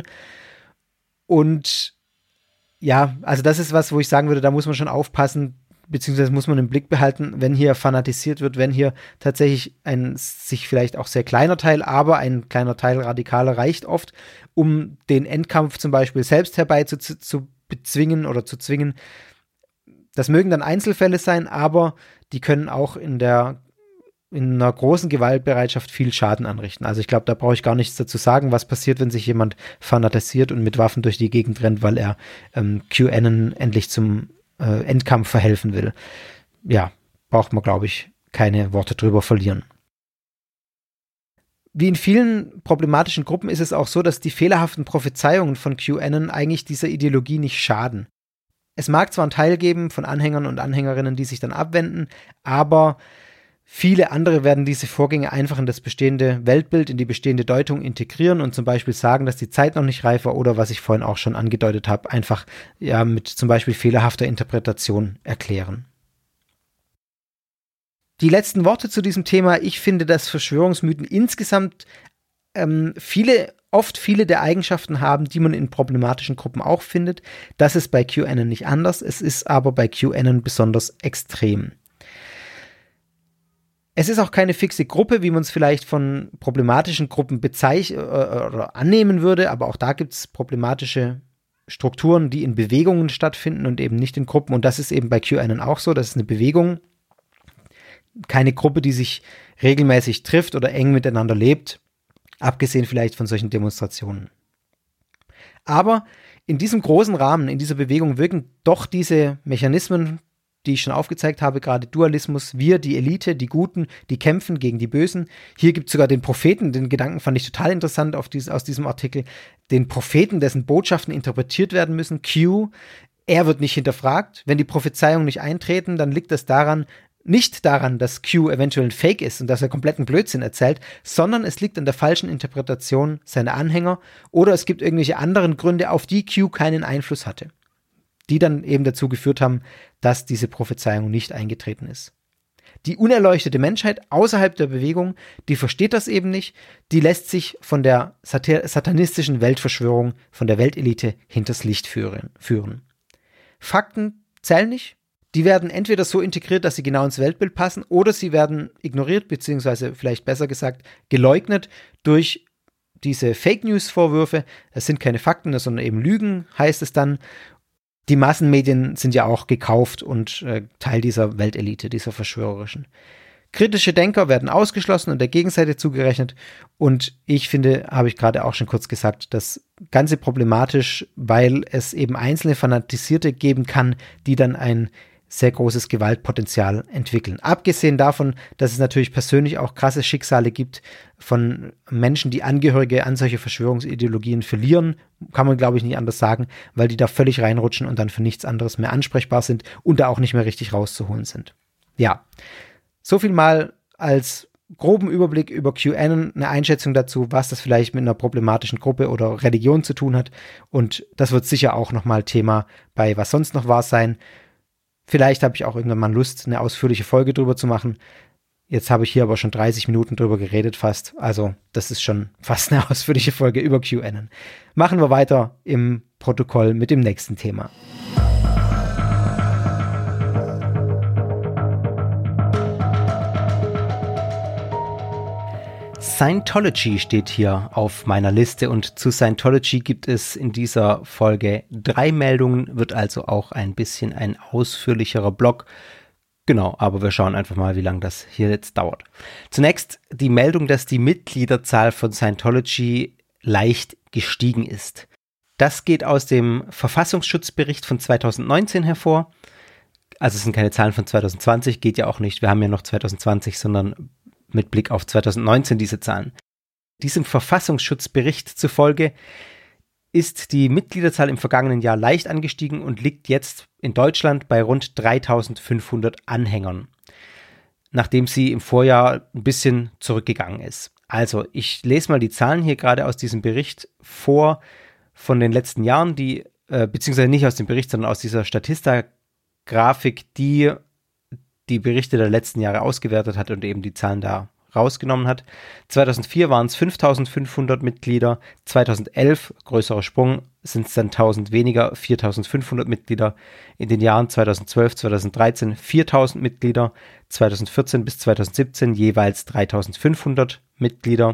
Speaker 1: und ja, also das ist was, wo ich sagen würde, da muss man schon aufpassen, beziehungsweise muss man im Blick behalten, wenn hier fanatisiert wird, wenn hier tatsächlich ein sich vielleicht auch sehr kleiner Teil, aber ein kleiner Teil Radikaler reicht oft, um den Endkampf zum Beispiel selbst herbei zu, zu bezwingen oder zu zwingen. Das mögen dann Einzelfälle sein, aber die können auch in der in einer großen Gewaltbereitschaft viel Schaden anrichten. Also ich glaube, da brauche ich gar nichts dazu sagen, was passiert, wenn sich jemand fanatisiert und mit Waffen durch die Gegend rennt, weil er ähm, QAnon endlich zum äh, Endkampf verhelfen will. Ja, braucht man, glaube ich, keine Worte drüber verlieren. Wie in vielen problematischen Gruppen ist es auch so, dass die fehlerhaften Prophezeiungen von QAnon eigentlich dieser Ideologie nicht schaden. Es mag zwar einen Teil geben von Anhängern und Anhängerinnen, die sich dann abwenden, aber viele andere werden diese Vorgänge einfach in das bestehende Weltbild, in die bestehende Deutung integrieren und zum Beispiel sagen, dass die Zeit noch nicht reif war oder, was ich vorhin auch schon angedeutet habe, einfach ja mit zum Beispiel fehlerhafter Interpretation erklären. Die letzten Worte zu diesem Thema. Ich finde, dass Verschwörungsmythen insgesamt ähm, viele oft viele der Eigenschaften haben, die man in problematischen Gruppen auch findet. Das ist bei QAnon nicht anders, es ist aber bei QAnon besonders extrem. Es ist auch keine fixe Gruppe, wie man es vielleicht von problematischen Gruppen bezeichnen oder annehmen würde, aber auch da gibt es problematische Strukturen, die in Bewegungen stattfinden und eben nicht in Gruppen. Und das ist eben bei QAnon auch so, das ist eine Bewegung, keine Gruppe, die sich regelmäßig trifft oder eng miteinander lebt, abgesehen vielleicht von solchen Demonstrationen. Aber in diesem großen Rahmen, in dieser Bewegung wirken doch diese Mechanismen, die ich schon aufgezeigt habe, gerade Dualismus, wir, die Elite, die Guten, die kämpfen gegen die Bösen. Hier gibt es sogar den Propheten, den Gedanken fand ich total interessant auf dies, aus diesem Artikel, den Propheten, dessen Botschaften interpretiert werden müssen, Q, er wird nicht hinterfragt. Wenn die Prophezeiungen nicht eintreten, dann liegt das daran, nicht daran, dass Q eventuell ein Fake ist und dass er kompletten Blödsinn erzählt, sondern es liegt an der falschen Interpretation seiner Anhänger oder es gibt irgendwelche anderen Gründe, auf die Q keinen Einfluss hatte, die dann eben dazu geführt haben, dass diese Prophezeiung nicht eingetreten ist. Die unerleuchtete Menschheit außerhalb der Bewegung, die versteht das eben nicht, die lässt sich von der sat- satanistischen Weltverschwörung, von der Weltelite hinters Licht führen. führen. Fakten zählen nicht, die werden entweder so integriert, dass sie genau ins Weltbild passen, oder sie werden ignoriert, beziehungsweise vielleicht besser gesagt geleugnet durch diese Fake-News-Vorwürfe. Es sind keine Fakten, sondern eben Lügen, heißt es dann. Die Massenmedien sind ja auch gekauft und äh, Teil dieser Weltelite, dieser verschwörerischen. Kritische Denker werden ausgeschlossen und der Gegenseite zugerechnet. Und ich finde, habe ich gerade auch schon kurz gesagt, das Ganze problematisch, weil es eben einzelne Fanatisierte geben kann, die dann ein sehr großes Gewaltpotenzial entwickeln. Abgesehen davon, dass es natürlich persönlich auch krasse Schicksale gibt von Menschen, die Angehörige an solche Verschwörungsideologien verlieren, kann man, glaube ich, nicht anders sagen, weil die da völlig reinrutschen und dann für nichts anderes mehr ansprechbar sind und da auch nicht mehr richtig rauszuholen sind. Ja, so viel mal als groben Überblick über QAnon, eine Einschätzung dazu, was das vielleicht mit einer problematischen Gruppe oder Religion zu tun hat, und das wird sicher auch nochmal Thema bei Was sonst noch war sein. Vielleicht habe ich auch irgendwann mal Lust, eine ausführliche Folge drüber zu machen. Jetzt habe ich hier aber schon dreißig Minuten drüber geredet fast. Also das ist schon fast eine ausführliche Folge über QAnon. Machen wir weiter im Protokoll mit dem nächsten Thema. Scientology steht hier auf meiner Liste und zu Scientology gibt es in dieser Folge drei Meldungen, wird also auch ein bisschen ein ausführlicherer Blog. Genau, aber wir schauen einfach mal, wie lange das hier jetzt dauert. Zunächst die Meldung, dass die Mitgliederzahl von Scientology leicht gestiegen ist. Das geht aus dem Verfassungsschutzbericht von zweitausendneunzehn hervor. Also es sind keine Zahlen von zweitausendzwanzig, geht ja auch nicht. Wir haben ja noch zweitausendzwanzig, sondern mit Blick auf zweitausendneunzehn diese Zahlen. Diesem Verfassungsschutzbericht zufolge ist die Mitgliederzahl im vergangenen Jahr leicht angestiegen und liegt jetzt in Deutschland bei rund dreitausendfünfhundert Anhängern, nachdem sie im Vorjahr ein bisschen zurückgegangen ist. Also ich lese mal die Zahlen hier gerade aus diesem Bericht vor von den letzten Jahren, die, äh, beziehungsweise nicht aus dem Bericht, sondern aus dieser Statista-Grafik, die die Berichte der letzten Jahre ausgewertet hat und eben die Zahlen da rausgenommen hat. zweitausendvier waren es fünftausendfünfhundert Mitglieder, zweitausendelf, größerer Sprung, sind es dann tausend weniger, viertausendfünfhundert Mitglieder. In den Jahren zweitausendzwölf, zweitausenddreizehn viertausend Mitglieder, zweitausendvierzehn bis zweitausendsiebzehn jeweils dreitausendfünfhundert Mitglieder.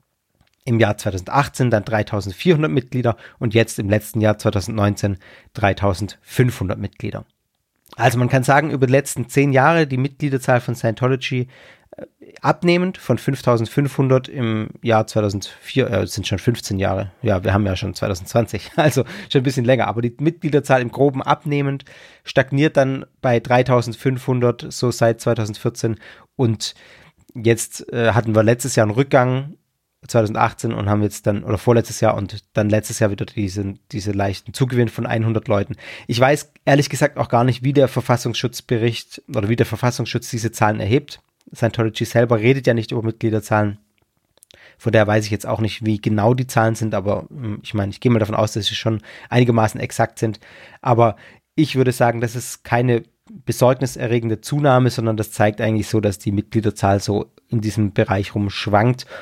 Speaker 1: Im Jahr zweitausendachtzehn dann dreitausendvierhundert Mitglieder und jetzt im letzten Jahr zweitausendneunzehn dreitausendfünfhundert Mitglieder. Also man kann sagen, über die letzten zehn Jahre die Mitgliederzahl von Scientology äh, abnehmend von fünftausendfünfhundert im Jahr zweitausendvier, äh, sind schon fünfzehn Jahre, ja, wir haben ja schon zweitausendzwanzig, also schon ein bisschen länger, aber die Mitgliederzahl im Groben abnehmend stagniert dann bei dreitausendfünfhundert, so seit zweitausendvierzehn, und jetzt äh, hatten wir letztes Jahr einen Rückgang, zweitausendachtzehn, und haben jetzt dann, oder vorletztes Jahr und dann letztes Jahr wieder diese, diese leichten Zugewinn von hundert Leuten. Ich weiß ehrlich gesagt auch gar nicht, wie der Verfassungsschutzbericht oder wie der Verfassungsschutz diese Zahlen erhebt. Scientology selber redet ja nicht über Mitgliederzahlen. Von daher weiß ich jetzt auch nicht, wie genau die Zahlen sind, aber ich meine, ich gehe mal davon aus, dass sie schon einigermaßen exakt sind. Aber ich würde sagen, das ist keine besorgniserregende Zunahme, sondern das zeigt eigentlich so, dass die Mitgliederzahl so in diesem Bereich rumschwankt.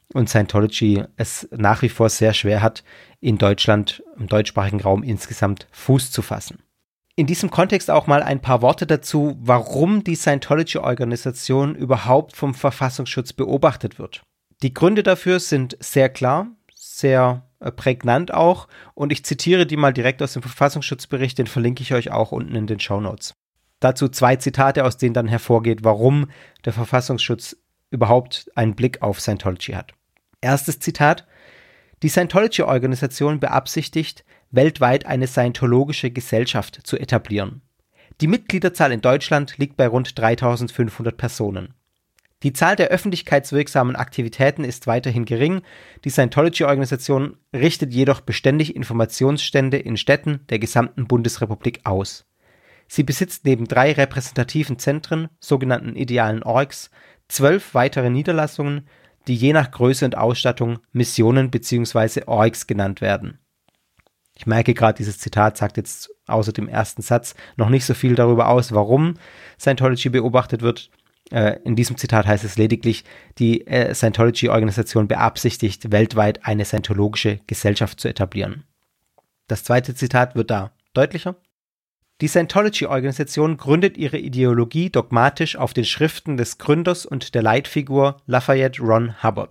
Speaker 1: und Scientology es nach wie vor sehr schwer hat, in Deutschland, im deutschsprachigen Raum insgesamt Fuß zu fassen. In diesem Kontext auch mal ein paar Worte dazu, warum die Scientology-Organisation überhaupt vom Verfassungsschutz beobachtet wird. Die Gründe dafür sind sehr klar, sehr äh, prägnant auch, und ich zitiere die mal direkt aus dem Verfassungsschutzbericht, den verlinke ich euch auch unten in den Shownotes. Dazu zwei Zitate, aus denen dann hervorgeht, warum der Verfassungsschutz überhaupt einen Blick auf Scientology hat. Erstes Zitat: Die Scientology-Organisation beabsichtigt, weltweit eine scientologische Gesellschaft zu etablieren. Die Mitgliederzahl in Deutschland liegt bei rund dreitausendfünfhundert Personen. Die Zahl der öffentlichkeitswirksamen Aktivitäten ist weiterhin gering, die Scientology-Organisation richtet jedoch beständig Informationsstände in Städten der gesamten Bundesrepublik aus. Sie besitzt neben drei repräsentativen Zentren, sogenannten idealen Orgs, zwölf weitere Niederlassungen, die je nach Größe und Ausstattung Missionen bzw. Orgs genannt werden. Ich merke gerade, dieses Zitat sagt jetzt außer dem ersten Satz noch nicht so viel darüber aus, warum Scientology beobachtet wird. Äh, in diesem Zitat heißt es lediglich, die äh, Scientology-Organisation beabsichtigt, weltweit eine scientologische Gesellschaft zu etablieren. Das zweite Zitat wird da deutlicher. Die Scientology-Organisation gründet ihre Ideologie dogmatisch auf den Schriften des Gründers und der Leitfigur Lafayette Ron Hubbard.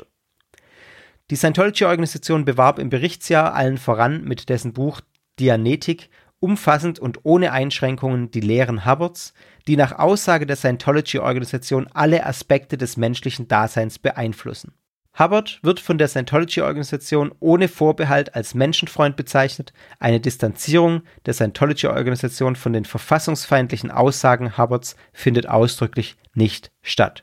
Speaker 1: Die Scientology-Organisation bewarb im Berichtsjahr allen voran mit dessen Buch Dianetik umfassend und ohne Einschränkungen die Lehren Hubbards, die nach Aussage der Scientology-Organisation alle Aspekte des menschlichen Daseins beeinflussen. Hubbard wird von der Scientology-Organisation ohne Vorbehalt als Menschenfreund bezeichnet. Eine Distanzierung der Scientology-Organisation von den verfassungsfeindlichen Aussagen Hubbards findet ausdrücklich nicht statt.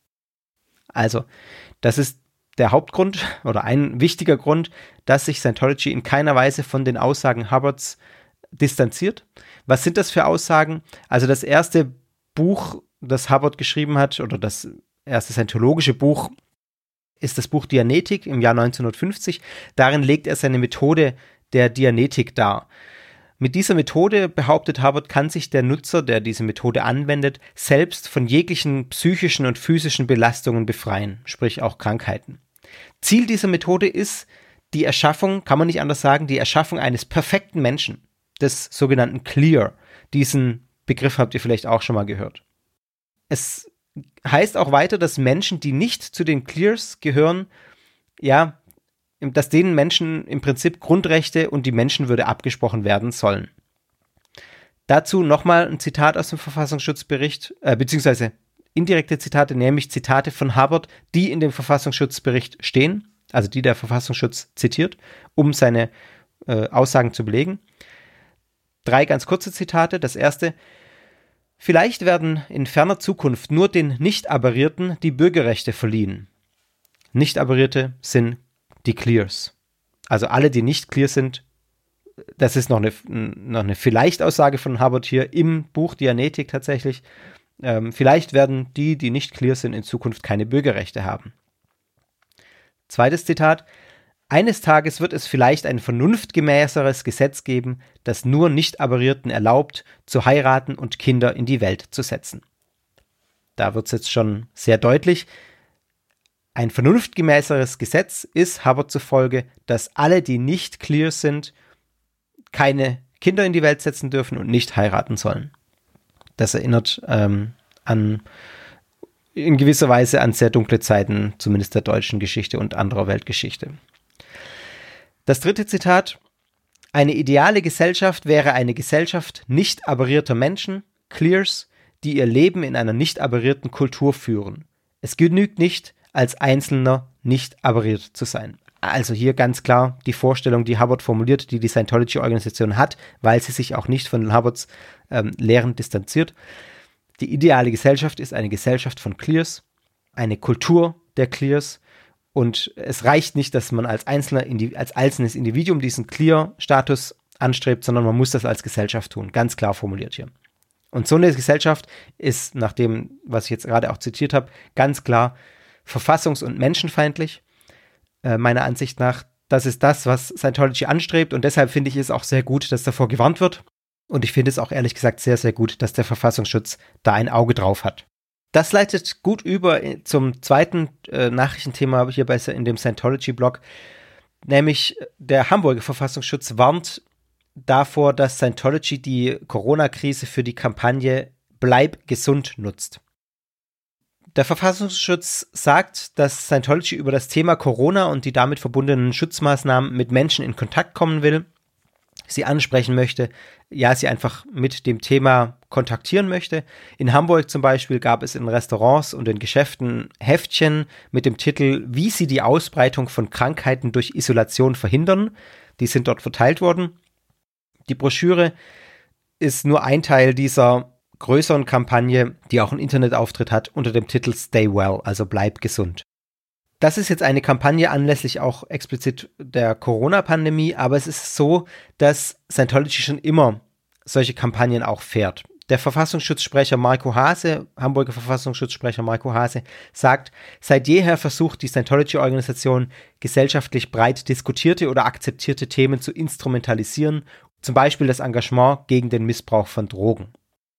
Speaker 1: Also, das ist der Hauptgrund oder ein wichtiger Grund, dass sich Scientology in keiner Weise von den Aussagen Hubbards distanziert. Was sind das für Aussagen? Also das erste Buch, das Hubbard geschrieben hat, oder das erste scientologische Buch, ist das Buch Dianetik im Jahr neunzehnhundertfünfzig. Darin legt er seine Methode der Dianetik dar. Mit dieser Methode, behauptet Hubbard, kann sich der Nutzer, der diese Methode anwendet, selbst von jeglichen psychischen und physischen Belastungen befreien, sprich auch Krankheiten. Ziel dieser Methode ist die Erschaffung, kann man nicht anders sagen, die Erschaffung eines perfekten Menschen, des sogenannten Clear. Diesen Begriff habt ihr vielleicht auch schon mal gehört. Es heißt auch weiter, dass Menschen, die nicht zu den Clears gehören, ja, dass denen Menschen im Prinzip Grundrechte und die Menschenwürde abgesprochen werden sollen. Dazu nochmal ein Zitat aus dem Verfassungsschutzbericht, äh, beziehungsweise indirekte Zitate, nämlich Zitate von Hubbard, die in dem Verfassungsschutzbericht stehen, also die der Verfassungsschutz zitiert, um seine äh, Aussagen zu belegen. Drei ganz kurze Zitate. Das erste: Vielleicht werden in ferner Zukunft nur den Nicht-Aberrierten die Bürgerrechte verliehen. Nicht-Aberierte sind die Clears. Also alle, die nicht clear sind, das ist noch eine, noch eine Vielleicht-Aussage von Hubbard hier im Buch Dianetik tatsächlich. Ähm, vielleicht werden die, die nicht clear sind, in Zukunft keine Bürgerrechte haben. Zweites Zitat: Eines Tages wird es vielleicht ein vernunftgemäßeres Gesetz geben, das nur Nicht-Aberrierten erlaubt, zu heiraten und Kinder in die Welt zu setzen. Da wird es jetzt schon sehr deutlich. Ein vernunftgemäßeres Gesetz ist Hubbard zufolge, dass alle, die nicht clear sind, keine Kinder in die Welt setzen dürfen und nicht heiraten sollen. Das erinnert ähm, an in gewisser Weise an sehr dunkle Zeiten, zumindest der deutschen Geschichte und anderer Weltgeschichte. Das dritte Zitat: Eine ideale Gesellschaft wäre eine Gesellschaft nicht aberrierter Menschen, Clears, die ihr Leben in einer nicht aberrierten Kultur führen. Es genügt nicht, als Einzelner nicht aberiert zu sein. Also hier ganz klar die Vorstellung, die Hubbard formuliert, die die Scientology-Organisation hat, weil sie sich auch nicht von Hubbards ähm, Lehren distanziert. Die ideale Gesellschaft ist eine Gesellschaft von Clears, eine Kultur der Clears, und es reicht nicht, dass man als, einzelner, als einzelnes Individuum diesen Clear-Status anstrebt, sondern man muss das als Gesellschaft tun, ganz klar formuliert hier. Und so eine Gesellschaft ist, nach dem, was ich jetzt gerade auch zitiert habe, ganz klar verfassungs- und menschenfeindlich, äh, meiner Ansicht nach. Das ist das, was Scientology anstrebt, und deshalb finde ich es auch sehr gut, dass davor gewarnt wird. Und ich finde es auch ehrlich gesagt sehr, sehr gut, dass der Verfassungsschutz da ein Auge drauf hat. Das leitet gut über zum zweiten äh, Nachrichtenthema hier bei, in dem Scientology-Blog, nämlich der Hamburger Verfassungsschutz warnt davor, dass Scientology die Corona-Krise für die Kampagne Bleib gesund nutzt. Der Verfassungsschutz sagt, dass Scientology über das Thema Corona und die damit verbundenen Schutzmaßnahmen mit Menschen in Kontakt kommen will, sie ansprechen möchte, ja, sie einfach mit dem Thema kontaktieren möchte. In Hamburg zum Beispiel gab es in Restaurants und in Geschäften Heftchen mit dem Titel Wie sie die Ausbreitung von Krankheiten durch Isolation verhindern. Die sind dort verteilt worden. Die Broschüre ist nur ein Teil dieser größeren Kampagne, die auch einen Internetauftritt hat, unter dem Titel Stay Well, also bleib gesund. Das ist jetzt eine Kampagne anlässlich auch explizit der Corona-Pandemie, aber es ist so, dass Scientology schon immer solche Kampagnen auch fährt. Der Verfassungsschutzsprecher Marco Hase, Hamburger Verfassungsschutzsprecher Marco Hase, sagt, seit jeher versucht die Scientology-Organisation, gesellschaftlich breit diskutierte oder akzeptierte Themen zu instrumentalisieren, zum Beispiel das Engagement gegen den Missbrauch von Drogen.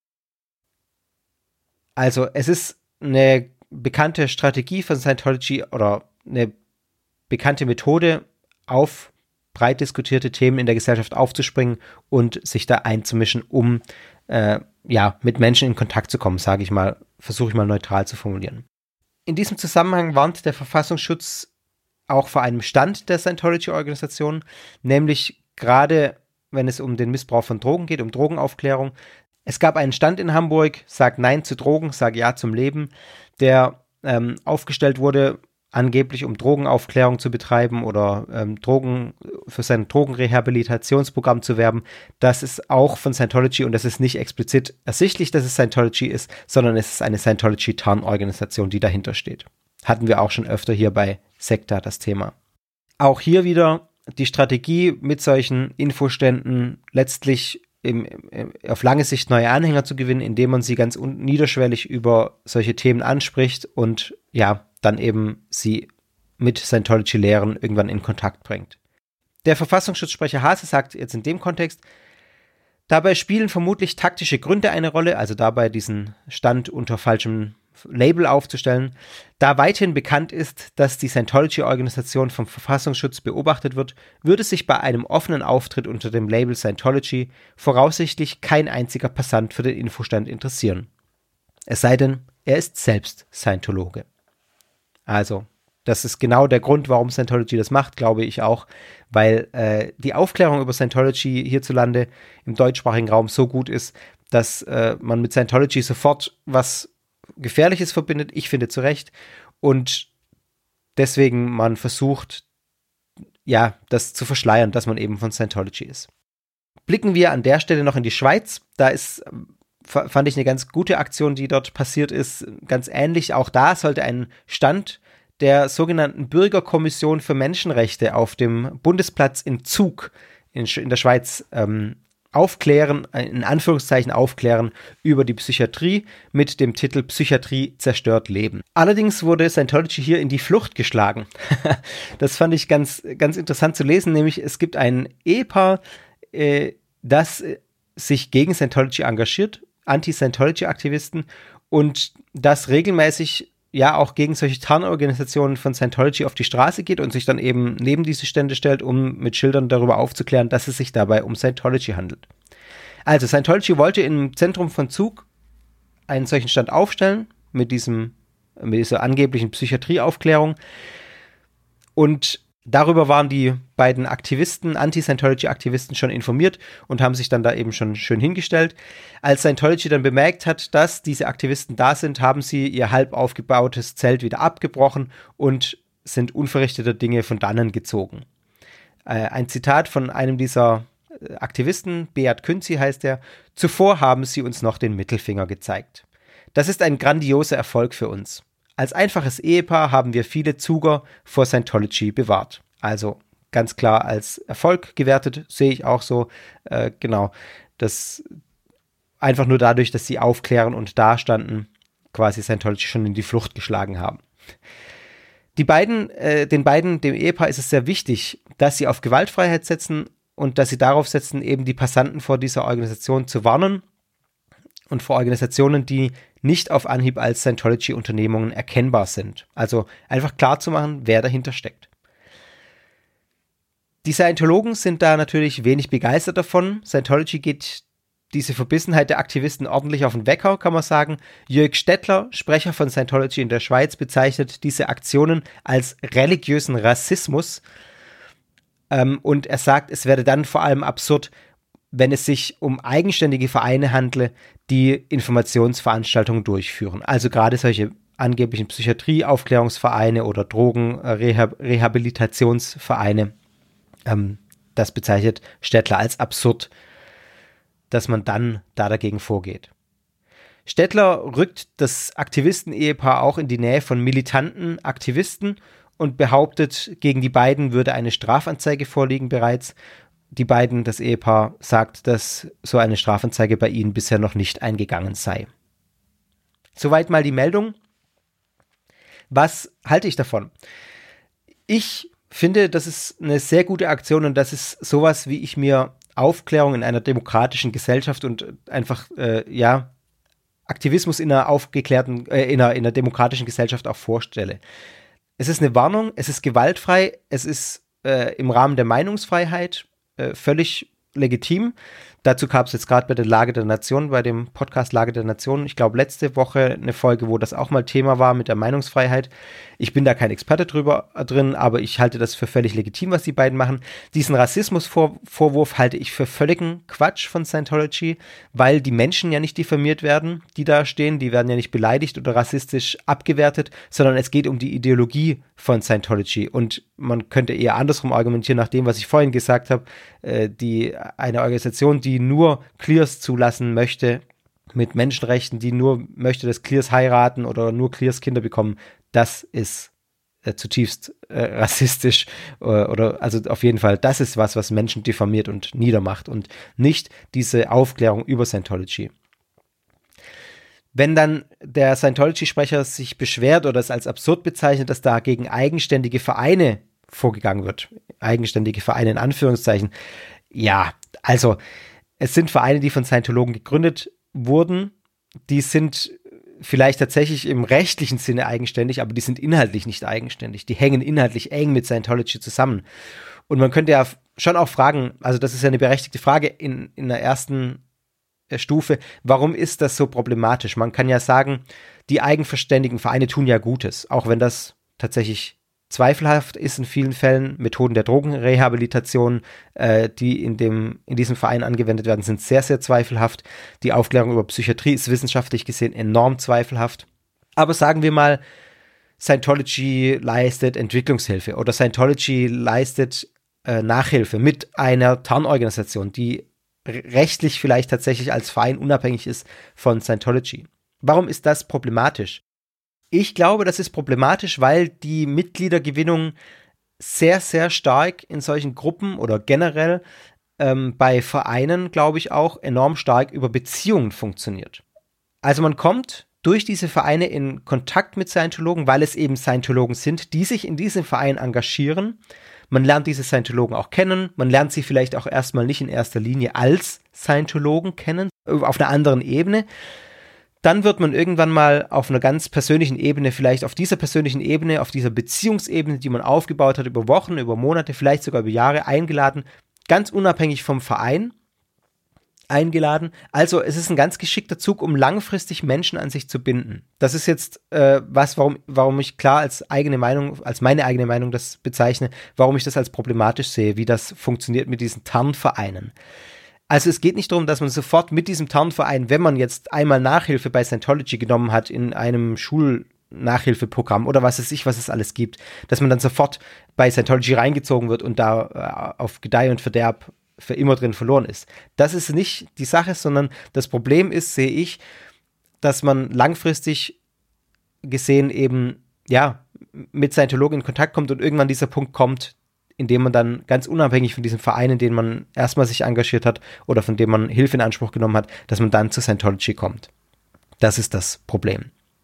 Speaker 1: Also es ist eine bekannte Strategie von Scientology oder eine bekannte Methode, auf breit diskutierte Themen in der Gesellschaft aufzuspringen und sich da einzumischen, um äh, ja, mit Menschen in Kontakt zu kommen, sage ich mal, versuche ich mal neutral zu formulieren. In diesem Zusammenhang warnt der Verfassungsschutz auch vor einem Stand der Scientology-Organisation, nämlich gerade wenn es um den Missbrauch von Drogen geht, um Drogenaufklärung. Es gab einen Stand in Hamburg, Sag Nein zu Drogen, Sag Ja zum Leben, der ähm, aufgestellt wurde, angeblich um Drogenaufklärung zu betreiben oder ähm, Drogen für sein Drogenrehabilitationsprogramm zu werben. Das ist auch von Scientology und das ist nicht explizit ersichtlich, dass es Scientology ist, sondern es ist eine Scientology-Tarnorganisation, die dahinter steht. Hatten wir auch schon öfter hier bei Sekta das Thema. Auch hier wieder die Strategie mit solchen Infoständen letztlich Im, im, auf lange Sicht neue Anhänger zu gewinnen, indem man sie ganz un- niederschwellig über solche Themen anspricht und ja, dann eben sie mit Scientology-Lehren irgendwann in Kontakt bringt. Der Verfassungsschutzsprecher Hase sagt jetzt in dem Kontext, dabei spielen vermutlich taktische Gründe eine Rolle, also dabei diesen Stand unter falschem Label aufzustellen, da weithin bekannt ist, dass die Scientology-Organisation vom Verfassungsschutz beobachtet wird, würde sich bei einem offenen Auftritt unter dem Label Scientology voraussichtlich kein einziger Passant für den Infostand interessieren. Es sei denn, er ist selbst Scientologe. Also, das ist genau der Grund, warum Scientology das macht, glaube ich auch, weil äh, die Aufklärung über Scientology hierzulande im deutschsprachigen Raum so gut ist, dass äh, man mit Scientology sofort was Gefährliches verbindet, ich finde zu Recht, und deswegen man versucht, ja, das zu verschleiern, dass man eben von Scientology ist. Blicken wir an der Stelle noch in die Schweiz, da ist, fand ich eine ganz gute Aktion, die dort passiert ist, ganz ähnlich, auch da sollte ein Stand der sogenannten Bürgerkommission für Menschenrechte auf dem Bundesplatz in Zug in, in der Schweiz ähm, aufklären, in Anführungszeichen aufklären über die Psychiatrie mit dem Titel Psychiatrie zerstört Leben. Allerdings wurde Scientology hier in die Flucht geschlagen. Das fand ich ganz, ganz interessant zu lesen, nämlich es gibt ein Ehepaar, äh, das sich gegen Scientology engagiert, Anti-Scientology-Aktivisten, und das regelmäßig ja auch gegen solche Tarnorganisationen von Scientology auf die Straße geht und sich dann eben neben diese Stände stellt, um mit Schildern darüber aufzuklären, dass es sich dabei um Scientology handelt. Also Scientology wollte im Zentrum von Zug einen solchen Stand aufstellen mit diesem, mit dieser angeblichen Psychiatrieaufklärung, und darüber waren die beiden Aktivisten, Anti-Scientology-Aktivisten, schon informiert und haben sich dann da eben schon schön hingestellt. Als Scientology dann bemerkt hat, dass diese Aktivisten da sind, haben sie ihr halb aufgebautes Zelt wieder abgebrochen und sind unverrichteter Dinge von dannen gezogen. Äh, ein Zitat von einem dieser Aktivisten, Beat Künzi heißt er: Zuvor haben sie uns noch den Mittelfinger gezeigt. Das ist ein grandioser Erfolg für uns. Als einfaches Ehepaar haben wir viele Zuger vor Scientology bewahrt. Also ganz klar als Erfolg gewertet, sehe ich auch so. Äh, genau, das einfach nur dadurch, dass sie aufklären und dastanden, quasi Scientology schon in die Flucht geschlagen haben. Die beiden, äh, den beiden, dem Ehepaar ist es sehr wichtig, dass sie auf Gewaltfreiheit setzen und dass sie darauf setzen, eben die Passanten vor dieser Organisation zu warnen. und vor Organisationen, die nicht auf Anhieb als Scientology-Unternehmungen erkennbar sind. Also einfach klar zu machen, wer dahinter steckt. Die Scientologen sind da natürlich wenig begeistert davon. Scientology geht diese Verbissenheit der Aktivisten ordentlich auf den Wecker, kann man sagen. Jörg Stettler, Sprecher von Scientology in der Schweiz, bezeichnet diese Aktionen als religiösen Rassismus. Ähm, und er sagt, es werde dann vor allem absurd, wenn es sich um eigenständige Vereine handle, die Informationsveranstaltungen durchführen. Also gerade solche angeblichen Psychiatrie-Aufklärungsvereine oder Drogen-Rehabilitationsvereine. Ähm, das bezeichnet Stettler als absurd, dass man dann da dagegen vorgeht. Stettler rückt das Aktivisten-Ehepaar auch in die Nähe von militanten Aktivisten und behauptet, gegen die beiden würde eine Strafanzeige vorliegen bereits. Die beiden, das Ehepaar, sagt, dass so eine Strafanzeige bei ihnen bisher noch nicht eingegangen sei. Soweit mal die Meldung. Was halte ich davon? Ich finde, das ist eine sehr gute Aktion und das ist sowas, wie ich mir Aufklärung in einer demokratischen Gesellschaft und einfach, äh, ja, Aktivismus in einer aufgeklärten, äh, in einer, in einer demokratischen Gesellschaft auch vorstelle. Es ist eine Warnung, es ist gewaltfrei, es ist äh, im Rahmen der Meinungsfreiheit äh, völlig legitim. Dazu gab es jetzt gerade bei der Lage der Nation, bei dem Podcast Lage der Nation, ich glaube letzte Woche eine Folge, wo das auch mal Thema war mit der Meinungsfreiheit. Ich bin da kein Experte drüber drin, aber ich halte das für völlig legitim, was die beiden machen. Diesen Rassismusvorwurf halte ich für völligen Quatsch von Scientology, weil die Menschen ja nicht diffamiert werden, die da stehen, die werden ja nicht beleidigt oder rassistisch abgewertet, sondern es geht um die Ideologie von Scientology und man könnte eher andersrum argumentieren, nach dem, was ich vorhin gesagt habe, äh, die eine Organisation, die nur Clears zulassen möchte, mit Menschenrechten, die nur möchte, dass Clears heiraten oder nur Clears Kinder bekommen, das ist äh, zutiefst äh, rassistisch äh, oder also auf jeden Fall, das ist was, was Menschen diffamiert und niedermacht und nicht diese Aufklärung über Scientology. Wenn dann der Scientology-Sprecher sich beschwert oder es als absurd bezeichnet, dass da gegen eigenständige Vereine vorgegangen wird, eigenständige Vereine in Anführungszeichen, ja, also es sind Vereine, die von Scientologen gegründet wurden, die sind vielleicht tatsächlich im rechtlichen Sinne eigenständig, aber die sind inhaltlich nicht eigenständig. Die hängen inhaltlich eng mit Scientology zusammen. Und man könnte ja schon auch fragen, also das ist ja eine berechtigte Frage in, in der ersten Stufe, warum ist das so problematisch? Man kann ja sagen, die eigenverständigen Vereine tun ja Gutes, auch wenn das tatsächlich zweifelhaft ist in vielen Fällen. Methoden der Drogenrehabilitation, äh, die in, dem, in diesem Verein angewendet werden, sind sehr, sehr zweifelhaft. Die Aufklärung über Psychiatrie ist wissenschaftlich gesehen enorm zweifelhaft. Aber sagen wir mal, Scientology leistet Entwicklungshilfe oder Scientology leistet äh, Nachhilfe mit einer Tarnorganisation, die rechtlich vielleicht tatsächlich als Verein unabhängig ist von Scientology. Warum ist das problematisch? Ich glaube, das ist problematisch, weil die Mitgliedergewinnung sehr, sehr stark in solchen Gruppen oder generell ähm, bei Vereinen, glaube ich, auch enorm stark über Beziehungen funktioniert. Also man kommt durch diese Vereine in Kontakt mit Scientologen, weil es eben Scientologen sind, die sich in diesem Verein engagieren. Man lernt diese Scientologen auch kennen. Man lernt sie vielleicht auch erstmal nicht in erster Linie als Scientologen kennen, auf einer anderen Ebene. Dann wird man irgendwann mal auf einer ganz persönlichen Ebene, vielleicht auf dieser persönlichen Ebene, auf dieser Beziehungsebene, die man aufgebaut hat über Wochen, über Monate, vielleicht sogar über Jahre eingeladen, ganz unabhängig vom Verein eingeladen. Also es ist ein ganz geschickter Zug, um langfristig Menschen an sich zu binden. Das ist jetzt äh, was, warum, warum ich klar als eigene Meinung, als meine eigene Meinung das bezeichne, warum ich das als problematisch sehe, wie das funktioniert mit diesen Tarnvereinen. Also es geht nicht darum, dass man sofort mit diesem Tarnverein, wenn man jetzt einmal Nachhilfe bei Scientology genommen hat in einem Schulnachhilfeprogramm oder was weiß ich, was es alles gibt, dass man dann sofort bei Scientology reingezogen wird und da äh, auf Gedeih und Verderb für immer drin verloren ist. Das ist nicht die Sache, sondern das Problem ist, sehe ich, dass man langfristig gesehen eben, ja, mit Scientologen in Kontakt kommt und irgendwann dieser Punkt kommt, in dem man dann ganz unabhängig von diesem Verein, in dem man erstmal sich engagiert hat oder von dem man Hilfe in Anspruch genommen hat, dass man dann zu Scientology kommt. Das ist das Problem.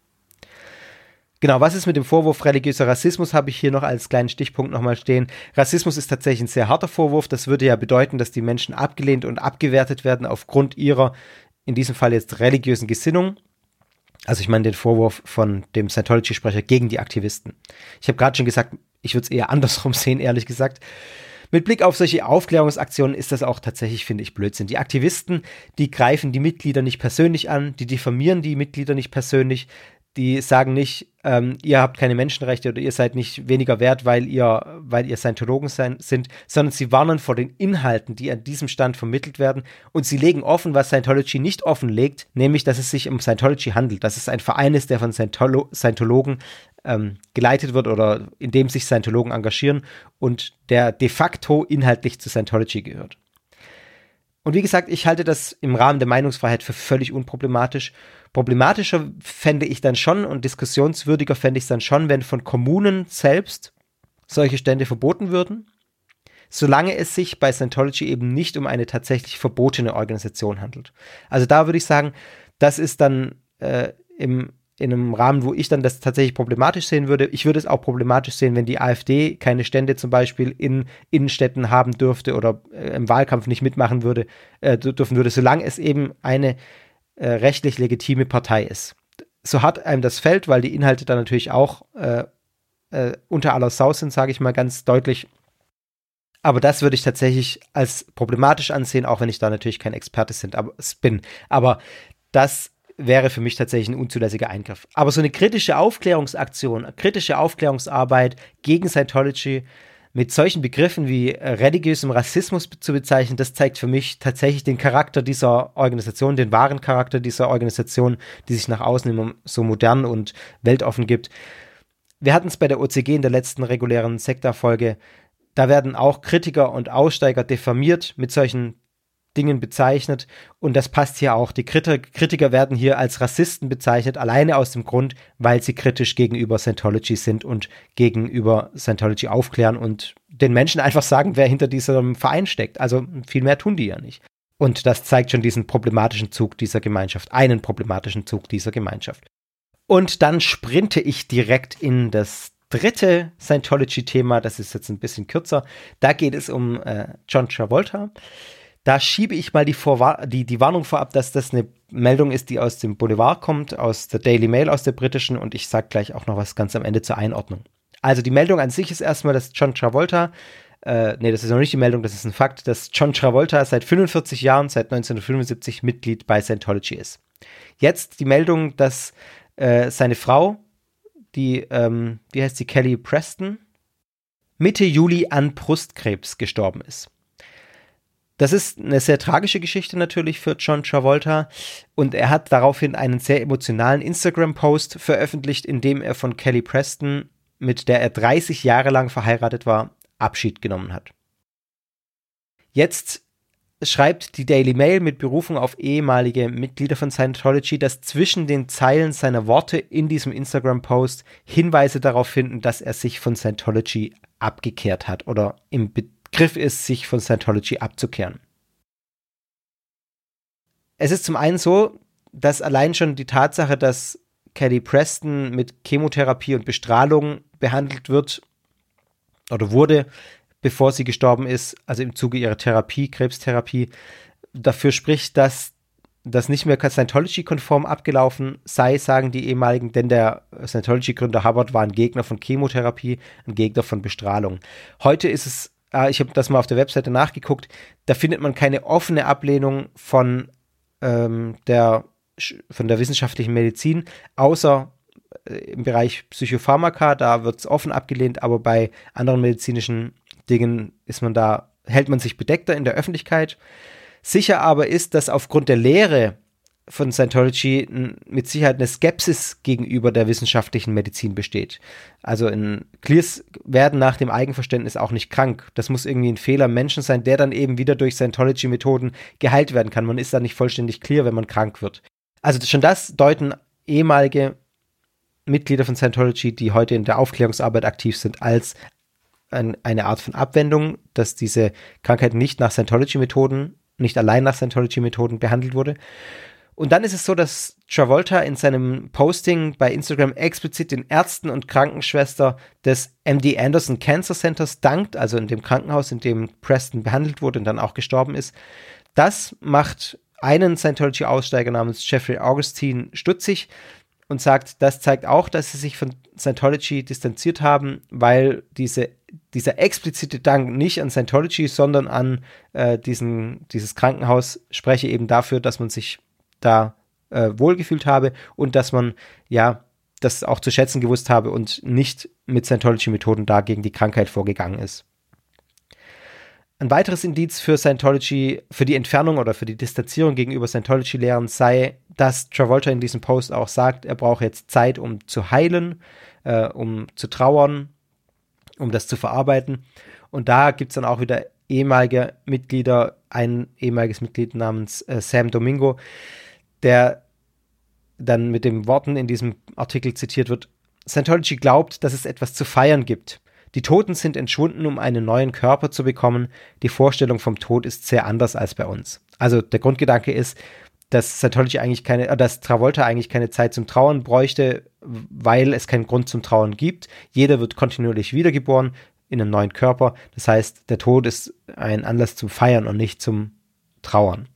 Speaker 1: Genau, was ist mit dem Vorwurf religiöser Rassismus, habe ich hier noch als kleinen Stichpunkt nochmal stehen. Rassismus ist tatsächlich ein sehr harter Vorwurf. Das würde ja bedeuten, dass die Menschen abgelehnt und abgewertet werden aufgrund ihrer in diesem Fall jetzt religiösen Gesinnung. Also ich meine den Vorwurf von dem Scientology-Sprecher gegen die Aktivisten. Ich habe gerade schon gesagt, ich würde es eher andersrum sehen, ehrlich gesagt. Mit Blick auf solche Aufklärungsaktionen ist das auch tatsächlich, finde ich, Blödsinn. Die Aktivisten, die greifen die Mitglieder nicht persönlich an, die diffamieren die Mitglieder nicht persönlich, die sagen nicht, ähm, ihr habt keine Menschenrechte oder ihr seid nicht weniger wert, weil ihr, weil ihr Scientologen sein, sind, sondern sie warnen vor den Inhalten, die an diesem Stand vermittelt werden, und sie legen offen, was Scientology nicht offenlegt, nämlich, dass es sich um Scientology handelt, dass es ein Verein ist, der von Scientolo- Scientologen ähm, geleitet wird oder in dem sich Scientologen engagieren und der de facto inhaltlich zu Scientology gehört. Und wie gesagt, ich halte das im Rahmen der Meinungsfreiheit für völlig unproblematisch. Problematischer fände ich dann schon und diskussionswürdiger fände ich es dann schon, wenn von Kommunen selbst solche Stände verboten würden, solange es sich bei Scientology eben nicht um eine tatsächlich verbotene Organisation handelt. Also da würde ich sagen, das ist dann äh, im, in einem Rahmen, wo ich dann das tatsächlich problematisch sehen würde. Ich würde es auch problematisch sehen, wenn die AfD keine Stände zum Beispiel in Innenstädten haben dürfte oder äh, im Wahlkampf nicht mitmachen würde, äh, dürfen würde, solange es eben eine äh, rechtlich legitime Partei ist. So hart einem das fällt, weil die Inhalte dann natürlich auch äh, äh, unter aller Sau sind, sage ich mal ganz deutlich. Aber das würde ich tatsächlich als problematisch ansehen, auch wenn ich da natürlich kein Experte sind, aber, bin. Aber das wäre für mich tatsächlich ein unzulässiger Eingriff. Aber so eine kritische Aufklärungsaktion, kritische Aufklärungsarbeit gegen Scientology mit solchen Begriffen wie äh, religiösem Rassismus zu bezeichnen, das zeigt für mich tatsächlich den Charakter dieser Organisation, den wahren Charakter dieser Organisation, die sich nach außen immer so modern und weltoffen gibt. Wir hatten es bei der O C G in der letzten regulären Sekta-Folge. Da werden auch Kritiker und Aussteiger diffamiert, mit solchen Dingen bezeichnet, und das passt hier auch. Die Kritiker werden hier als Rassisten bezeichnet, alleine aus dem Grund, weil sie kritisch gegenüber Scientology sind und gegenüber Scientology aufklären und den Menschen einfach sagen, wer hinter diesem Verein steckt. Also viel mehr tun die ja nicht. Und das zeigt schon diesen problematischen Zug dieser Gemeinschaft, einen problematischen Zug dieser Gemeinschaft. Und dann sprinte ich direkt in das dritte Scientology-Thema, das ist jetzt ein bisschen kürzer. Da geht es um äh, John Travolta. Da schiebe ich mal die, Vorwa- die, die Warnung vorab, dass das eine Meldung ist, die aus dem Boulevard kommt, aus der Daily Mail, aus der britischen, und ich sage gleich auch noch was ganz am Ende zur Einordnung. Also die Meldung an sich ist erstmal, dass John Travolta, äh, nee, das ist noch nicht die Meldung, das ist ein Fakt, dass John Travolta seit fünfundvierzig Jahren, seit neunzehnhundertfünfundsiebzig Mitglied bei Scientology ist. Jetzt die Meldung, dass äh, seine Frau, die, ähm, wie heißt sie, Kelly Preston, Mitte Juli an Brustkrebs gestorben ist. Das ist eine sehr tragische Geschichte natürlich für John Travolta, und er hat daraufhin einen sehr emotionalen Instagram-Post veröffentlicht, in dem er von Kelly Preston, mit der er dreißig Jahre lang verheiratet war, Abschied genommen hat. Jetzt schreibt die Daily Mail mit Berufung auf ehemalige Mitglieder von Scientology, dass zwischen den Zeilen seiner Worte in diesem Instagram-Post Hinweise darauf finden, dass er sich von Scientology abgekehrt hat oder im Begriff ist, sich von Scientology abzukehren. Es ist zum einen so, dass allein schon die Tatsache, dass Kelly Preston mit Chemotherapie und Bestrahlung behandelt wird oder wurde, bevor sie gestorben ist, also im Zuge ihrer Therapie, Krebstherapie, dafür spricht, dass das nicht mehr Scientology-konform abgelaufen sei, sagen die ehemaligen, denn der Scientology-Gründer Hubbard war ein Gegner von Chemotherapie, ein Gegner von Bestrahlung. Heute ist es, äh, ich habe das mal auf der Webseite nachgeguckt, da findet man keine offene Ablehnung von, ähm, der, von der wissenschaftlichen Medizin, außer äh, im Bereich Psychopharmaka, da wird es offen abgelehnt, aber bei anderen medizinischen Dingen ist man da, hält man sich bedeckter in der Öffentlichkeit. Sicher aber ist, dass aufgrund der Lehre von Scientology mit Sicherheit eine Skepsis gegenüber der wissenschaftlichen Medizin besteht. Also in Clears werden nach dem Eigenverständnis auch nicht krank. Das muss irgendwie ein Fehler im Menschen sein, der dann eben wieder durch Scientology-Methoden geheilt werden kann. Man ist da nicht vollständig clear, wenn man krank wird. Also schon das deuten ehemalige Mitglieder von Scientology, die heute in der Aufklärungsarbeit aktiv sind, als ein, eine Art von Abwendung, dass diese Krankheit nicht nach Scientology-Methoden, nicht allein nach Scientology-Methoden behandelt wurde. Und dann ist es so, dass Travolta in seinem Posting bei Instagram explizit den Ärzten und Krankenschwestern des M D Anderson Cancer Centers dankt, also in dem Krankenhaus, in dem Preston behandelt wurde und dann auch gestorben ist. Das macht einen Scientology-Aussteiger namens Jeffrey Augustine stutzig und sagt, das zeigt auch, dass sie sich von Scientology distanziert haben, weil diese, dieser explizite Dank nicht an Scientology, sondern an äh, diesen, dieses Krankenhaus spreche eben dafür, dass man sich da äh, wohlgefühlt habe und dass man ja das auch zu schätzen gewusst habe und nicht mit Scientology-Methoden da gegen die Krankheit vorgegangen ist. Ein weiteres Indiz für Scientology, für die Entfernung oder für die Distanzierung gegenüber Scientology-Lehren sei, dass Travolta in diesem Post auch sagt, er braucht jetzt Zeit, um zu heilen, äh, um zu trauern, um das zu verarbeiten. Und da gibt es dann auch wieder ehemalige Mitglieder, ein ehemaliges Mitglied namens äh, Sam Domingo, der dann mit den Worten in diesem Artikel zitiert wird: Scientology glaubt, dass es etwas zu feiern gibt. Die Toten sind entschwunden, um einen neuen Körper zu bekommen. Die Vorstellung vom Tod ist sehr anders als bei uns. Also der Grundgedanke ist, dass Scientology eigentlich keine, äh, dass Travolta eigentlich keine Zeit zum Trauern bräuchte, weil es keinen Grund zum Trauern gibt. Jeder wird kontinuierlich wiedergeboren in einem neuen Körper. Das heißt, der Tod ist ein Anlass zum Feiern und nicht zum Trauern.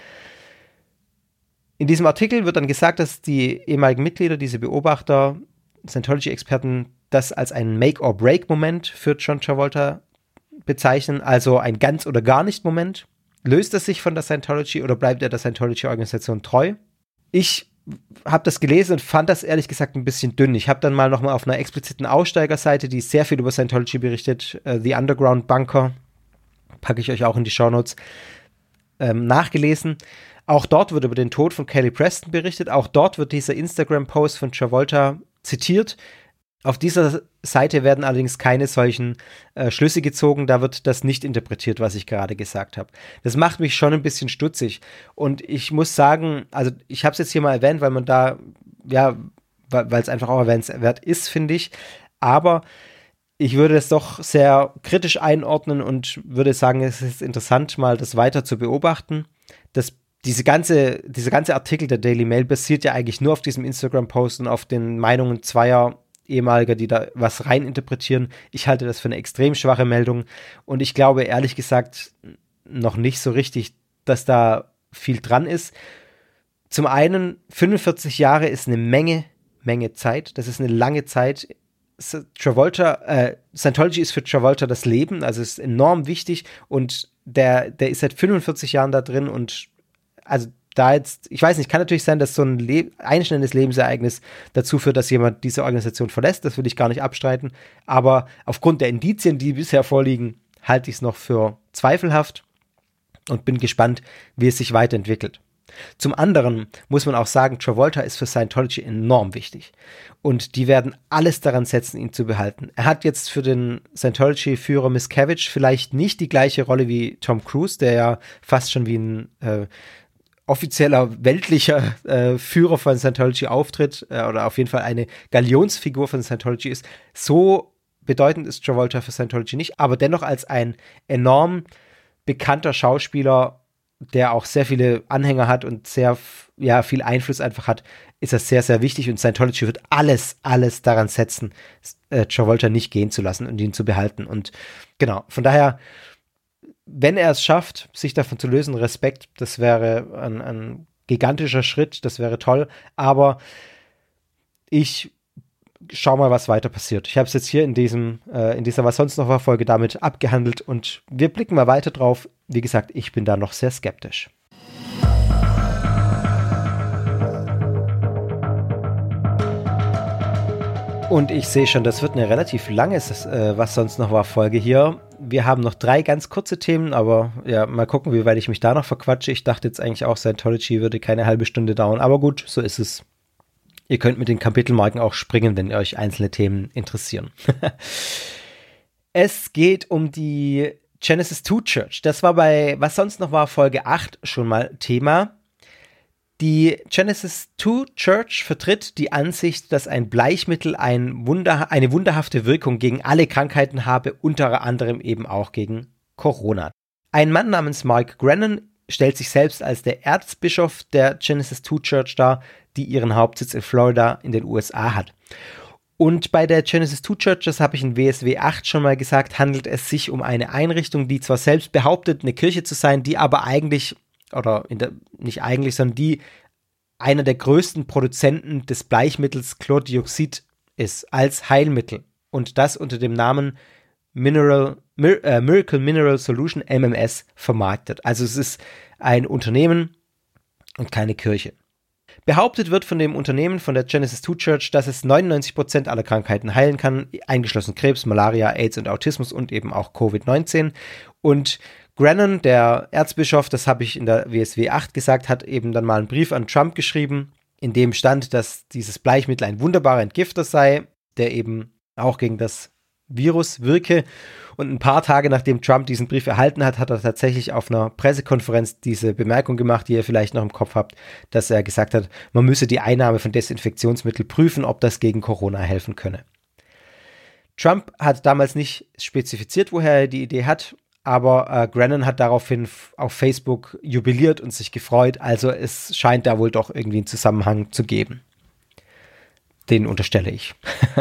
Speaker 1: In diesem Artikel wird dann gesagt, dass die ehemaligen Mitglieder, diese Beobachter, Scientology-Experten, das als einen Make-or-Break-Moment für John Travolta bezeichnen, also ein Ganz- oder Gar-nicht-Moment. Löst er sich von der Scientology oder bleibt er der Scientology-Organisation treu? Ich habe das gelesen und fand das ehrlich gesagt ein bisschen dünn. Ich habe dann mal nochmal auf einer expliziten Aussteigerseite, die sehr viel über Scientology berichtet, uh, The Underground Bunker, packe ich euch auch in die Shownotes, ähm, nachgelesen. Auch dort wird über den Tod von Kelly Preston berichtet. Auch dort wird dieser Instagram-Post von Travolta zitiert. Auf dieser Seite werden allerdings keine solchen äh, Schlüsse gezogen, da wird das nicht interpretiert, was ich gerade gesagt habe. Das macht mich schon ein bisschen stutzig und ich muss sagen, also ich habe es jetzt hier mal erwähnt, weil man da, ja, weil es einfach auch erwähnenswert ist, finde ich, aber ich würde es doch sehr kritisch einordnen und würde sagen, es ist interessant, mal das weiter zu beobachten. Das Diese ganze, dieser ganze Artikel der Daily Mail basiert ja eigentlich nur auf diesem Instagram-Post und auf den Meinungen zweier Ehemaliger, die da was rein interpretieren. Ich halte das für eine extrem schwache Meldung und ich glaube ehrlich gesagt noch nicht so richtig, dass da viel dran ist. Zum einen, fünfundvierzig Jahre ist eine Menge, Menge Zeit. Das ist eine lange Zeit. Travolta, äh, Scientology ist für Travolta das Leben, also ist enorm wichtig und der, der ist seit fünfundvierzig Jahren da drin und also da jetzt, ich weiß nicht, kann natürlich sein, dass so ein Le- einschneidendes Lebensereignis dazu führt, dass jemand diese Organisation verlässt, das will ich gar nicht abstreiten, aber aufgrund der Indizien, die bisher vorliegen, halte ich es noch für zweifelhaft und bin gespannt, wie es sich weiterentwickelt. Zum anderen muss man auch sagen, Travolta ist für Scientology enorm wichtig und die werden alles daran setzen, ihn zu behalten. Er hat jetzt für den Scientology-Führer Miscavige vielleicht nicht die gleiche Rolle wie Tom Cruise, der ja fast schon wie ein äh, offizieller weltlicher äh, Führer von Scientology auftritt äh, oder auf jeden Fall eine Galionsfigur von Scientology ist. So bedeutend ist Travolta für Scientology nicht, aber dennoch als ein enorm bekannter Schauspieler, der auch sehr viele Anhänger hat und sehr ja, viel Einfluss einfach hat, ist das sehr, sehr wichtig und Scientology wird alles, alles daran setzen, äh, Travolta nicht gehen zu lassen und ihn zu behalten. Und genau, von daher, wenn er es schafft, sich davon zu lösen, Respekt, das wäre ein, ein gigantischer Schritt, das wäre toll, aber ich schau mal, was weiter passiert. Ich habe es jetzt hier in diesem, äh, in dieser Was sonst noch war Folge damit abgehandelt und wir blicken mal weiter drauf. Wie gesagt, ich bin da noch sehr skeptisch. Und ich sehe schon, das wird eine relativ lange äh, Was sonst noch war Folge hier. Wir haben noch drei ganz kurze Themen, aber ja, mal gucken, wie weit ich mich da noch verquatsche. Ich dachte jetzt eigentlich auch, Scientology würde keine halbe Stunde dauern, aber gut, so ist es. Ihr könnt mit den Kapitelmarken auch springen, wenn euch einzelne Themen interessieren. Es geht um die Genesis zwei Church. Das war bei Was sonst noch war Folge acht schon mal Thema. Die Genesis zwei Church vertritt die Ansicht, dass ein Bleichmittel ein Wunder, eine wunderhafte Wirkung gegen alle Krankheiten habe, unter anderem eben auch gegen Corona. Ein Mann namens Mark Grennan stellt sich selbst als der Erzbischof der Genesis zwei Church dar, die ihren Hauptsitz in Florida in den U S A hat. Und bei der Genesis zwei Church, das habe ich in W S W acht schon mal gesagt, handelt es sich um eine Einrichtung, die zwar selbst behauptet, eine Kirche zu sein, die aber eigentlich oder in der, nicht eigentlich, sondern die einer der größten Produzenten des Bleichmittels Chlordioxid ist, als Heilmittel. Und das unter dem Namen Mineral, Mir, äh, Miracle Mineral Solution, M M S, vermarktet. Also es ist ein Unternehmen und keine Kirche. Behauptet wird von dem Unternehmen, von der Genesis two Church, dass es neunundneunzig Prozent aller Krankheiten heilen kann, eingeschlossen Krebs, Malaria, AIDS und Autismus und eben auch Covid neunzehn. Und Grennan, der Erzbischof, das habe ich in der W S W acht gesagt, hat eben dann mal einen Brief an Trump geschrieben, in dem stand, dass dieses Bleichmittel ein wunderbarer Entgifter sei, der eben auch gegen das Virus wirke. Und ein paar Tage nachdem Trump diesen Brief erhalten hat, hat er tatsächlich auf einer Pressekonferenz diese Bemerkung gemacht, die ihr vielleicht noch im Kopf habt, dass er gesagt hat, man müsse die Einnahme von Desinfektionsmitteln prüfen, ob das gegen Corona helfen könne. Trump hat damals nicht spezifiziert, woher er die Idee hat, aber äh, Grennan hat daraufhin f- auf Facebook jubiliert und sich gefreut, also es scheint da wohl doch irgendwie einen Zusammenhang zu geben. Den unterstelle ich.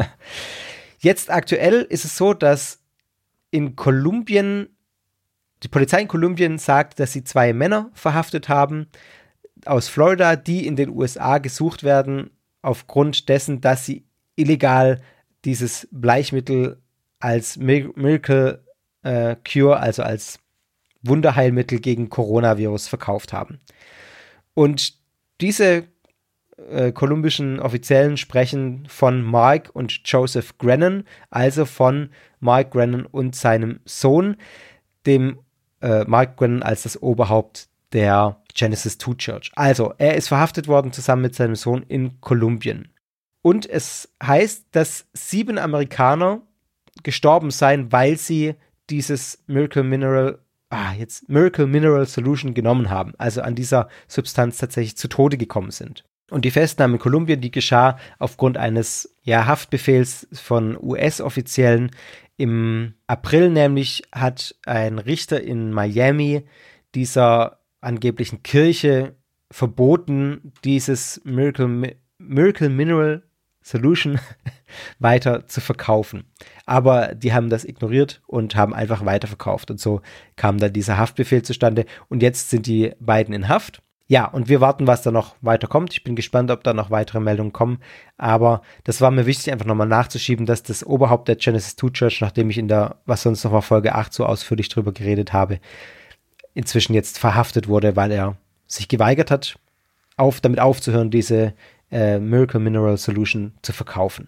Speaker 1: Jetzt aktuell ist es so, dass in Kolumbien, die Polizei in Kolumbien sagt, dass sie zwei Männer verhaftet haben aus Florida, die in den U S A gesucht werden, aufgrund dessen, dass sie illegal dieses Bleichmittel als Mir- Miracle äh, Cure, also als Wunderheilmittel gegen Coronavirus verkauft haben. Und diese äh, kolumbischen Offiziellen sprechen von Mark und Joseph Grennan, also von Mark Grennan und seinem Sohn, dem äh, Mark Grennan als das Oberhaupt der Genesis two Church. Also, er ist verhaftet worden zusammen mit seinem Sohn in Kolumbien. Und es heißt, dass sieben Amerikaner gestorben seien, weil sie dieses Miracle Mineral, ah, jetzt Miracle Mineral Solution genommen haben, also an dieser Substanz tatsächlich zu Tode gekommen sind. Und die Festnahme in Kolumbien, die geschah aufgrund eines ja, Haftbefehls von U S-Offiziellen. Im April nämlich hat ein Richter in Miami dieser angeblichen Kirche verboten, dieses Miracle, Miracle Mineral Solution weiter zu verkaufen. Aber die haben das ignoriert und haben einfach weiterverkauft. Und so kam dann dieser Haftbefehl zustande. Und jetzt sind die beiden in Haft. Ja, und wir warten, was da noch weiter kommt. Ich bin gespannt, ob da noch weitere Meldungen kommen. Aber das war mir wichtig, einfach nochmal nachzuschieben, dass das Oberhaupt der Genesis two Church, nachdem ich in der, was sonst noch war, Folge acht so ausführlich drüber geredet habe, inzwischen jetzt verhaftet wurde, weil er sich geweigert hat, auf, damit aufzuhören, diese äh, Miracle Mineral Solution zu verkaufen.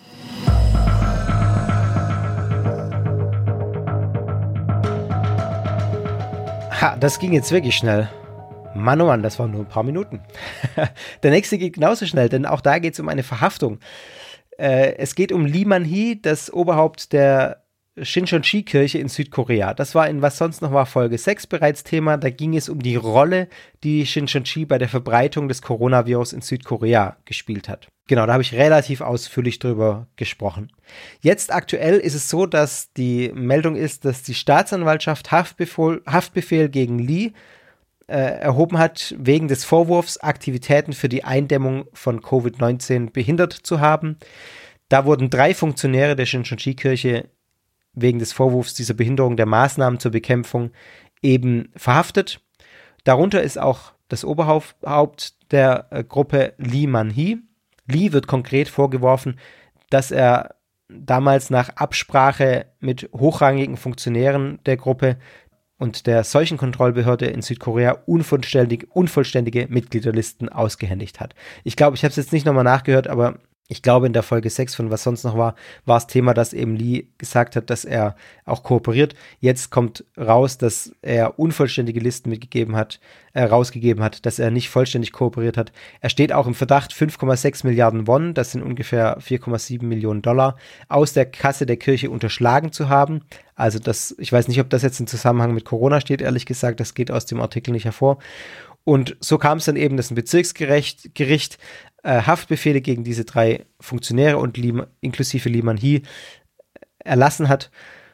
Speaker 1: Ha, das ging jetzt wirklich schnell. Mann, oh Mann, das waren nur ein paar Minuten. Der nächste geht genauso schnell, denn auch da geht es um eine Verhaftung. Äh, es geht um Lee Man-hee, das Oberhaupt der Shincheonji-Kirche in Südkorea. Das war in Was sonst noch war Folge sechs bereits Thema. Da ging es um die Rolle, die Shincheonji bei der Verbreitung des Coronavirus in Südkorea gespielt hat. Genau, da habe ich relativ ausführlich drüber gesprochen. Jetzt aktuell ist es so, dass die Meldung ist, dass die Staatsanwaltschaft Haftbefehl, Haftbefehl gegen Lee äh, erhoben hat, wegen des Vorwurfs, Aktivitäten für die Eindämmung von Covid neunzehn behindert zu haben. Da wurden drei Funktionäre der Shincheonji-Kirche wegen des Vorwurfs dieser Behinderung der Maßnahmen zur Bekämpfung eben verhaftet. Darunter ist auch das Oberhaupt der äh, Gruppe Lee Man-hee. Lee wird konkret vorgeworfen, dass er damals nach Absprache mit hochrangigen Funktionären der Gruppe und der Seuchenkontrollbehörde in Südkorea unvollständig, unvollständige Mitgliederlisten ausgehändigt hat. Ich glaube, ich habe es jetzt nicht nochmal nachgehört, aber ich glaube, in der Folge sechs von Was sonst noch war, war es Thema, dass eben Lee gesagt hat, dass er auch kooperiert. Jetzt kommt raus, dass er unvollständige Listen mitgegeben hat, äh, rausgegeben hat, dass er nicht vollständig kooperiert hat. Er steht auch im Verdacht, fünf Komma sechs Milliarden Won, das sind ungefähr vier Komma sieben Millionen Dollar, aus der Kasse der Kirche unterschlagen zu haben. Also das, ich weiß nicht, ob das jetzt im Zusammenhang mit Corona steht, ehrlich gesagt, das geht aus dem Artikel nicht hervor. Und so kam es dann eben, dass ein Bezirksgericht Gericht, äh, Haftbefehle gegen diese drei Funktionäre und Lee, inklusive Lee Man-hee erlassen hat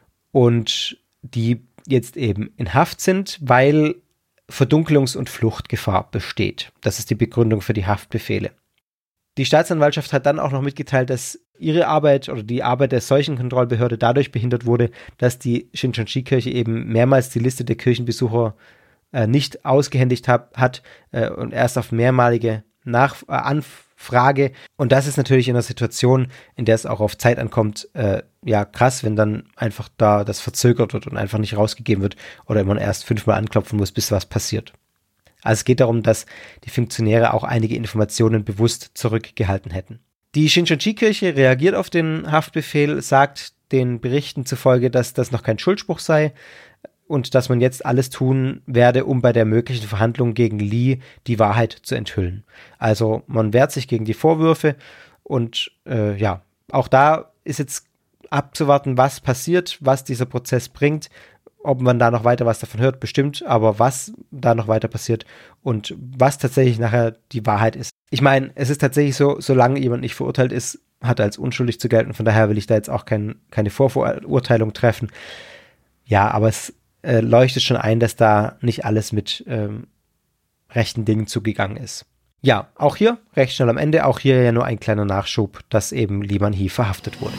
Speaker 1: und die jetzt eben in Haft sind, weil Verdunkelungs- und Fluchtgefahr besteht. Das ist die Begründung für die Haftbefehle. Die Staatsanwaltschaft hat dann auch noch mitgeteilt, dass ihre Arbeit oder die Arbeit der Seuchenkontrollbehörde dadurch behindert wurde, dass die Shincheonji-Kirche eben mehrmals die Liste der Kirchenbesucher äh, nicht ausgehändigt hab, hat äh, und erst auf mehrmalige Nach äh, Anfrage. Und das ist natürlich in einer Situation, in der es auch auf Zeit ankommt, äh, ja krass, wenn dann einfach da das verzögert wird und einfach nicht rausgegeben wird oder man erst fünfmal anklopfen muss, bis was passiert. Also es geht darum, dass die Funktionäre auch einige Informationen bewusst zurückgehalten hätten. Die Shincheonji-Kirche reagiert auf den Haftbefehl, sagt den Berichten zufolge, dass das noch kein Schuldspruch sei und dass man jetzt alles tun werde, um bei der möglichen Verhandlung gegen Lee die Wahrheit zu enthüllen. Also man wehrt sich gegen die Vorwürfe und äh, ja, auch da ist jetzt abzuwarten, was passiert, was dieser Prozess bringt. Ob man da noch weiter was davon hört, bestimmt, aber was da noch weiter passiert und was tatsächlich nachher die Wahrheit ist. Ich meine, es ist tatsächlich so, solange jemand nicht verurteilt ist, hat er als unschuldig zu gelten. Von daher will ich da jetzt auch kein, keine Vorverurteilung treffen. Ja, aber es äh, leuchtet schon ein, dass da nicht alles mit ähm, rechten Dingen zugegangen ist. Ja, auch hier, recht schnell am Ende, auch hier ja nur ein kleiner Nachschub, dass eben Lee Man-hee verhaftet wurde.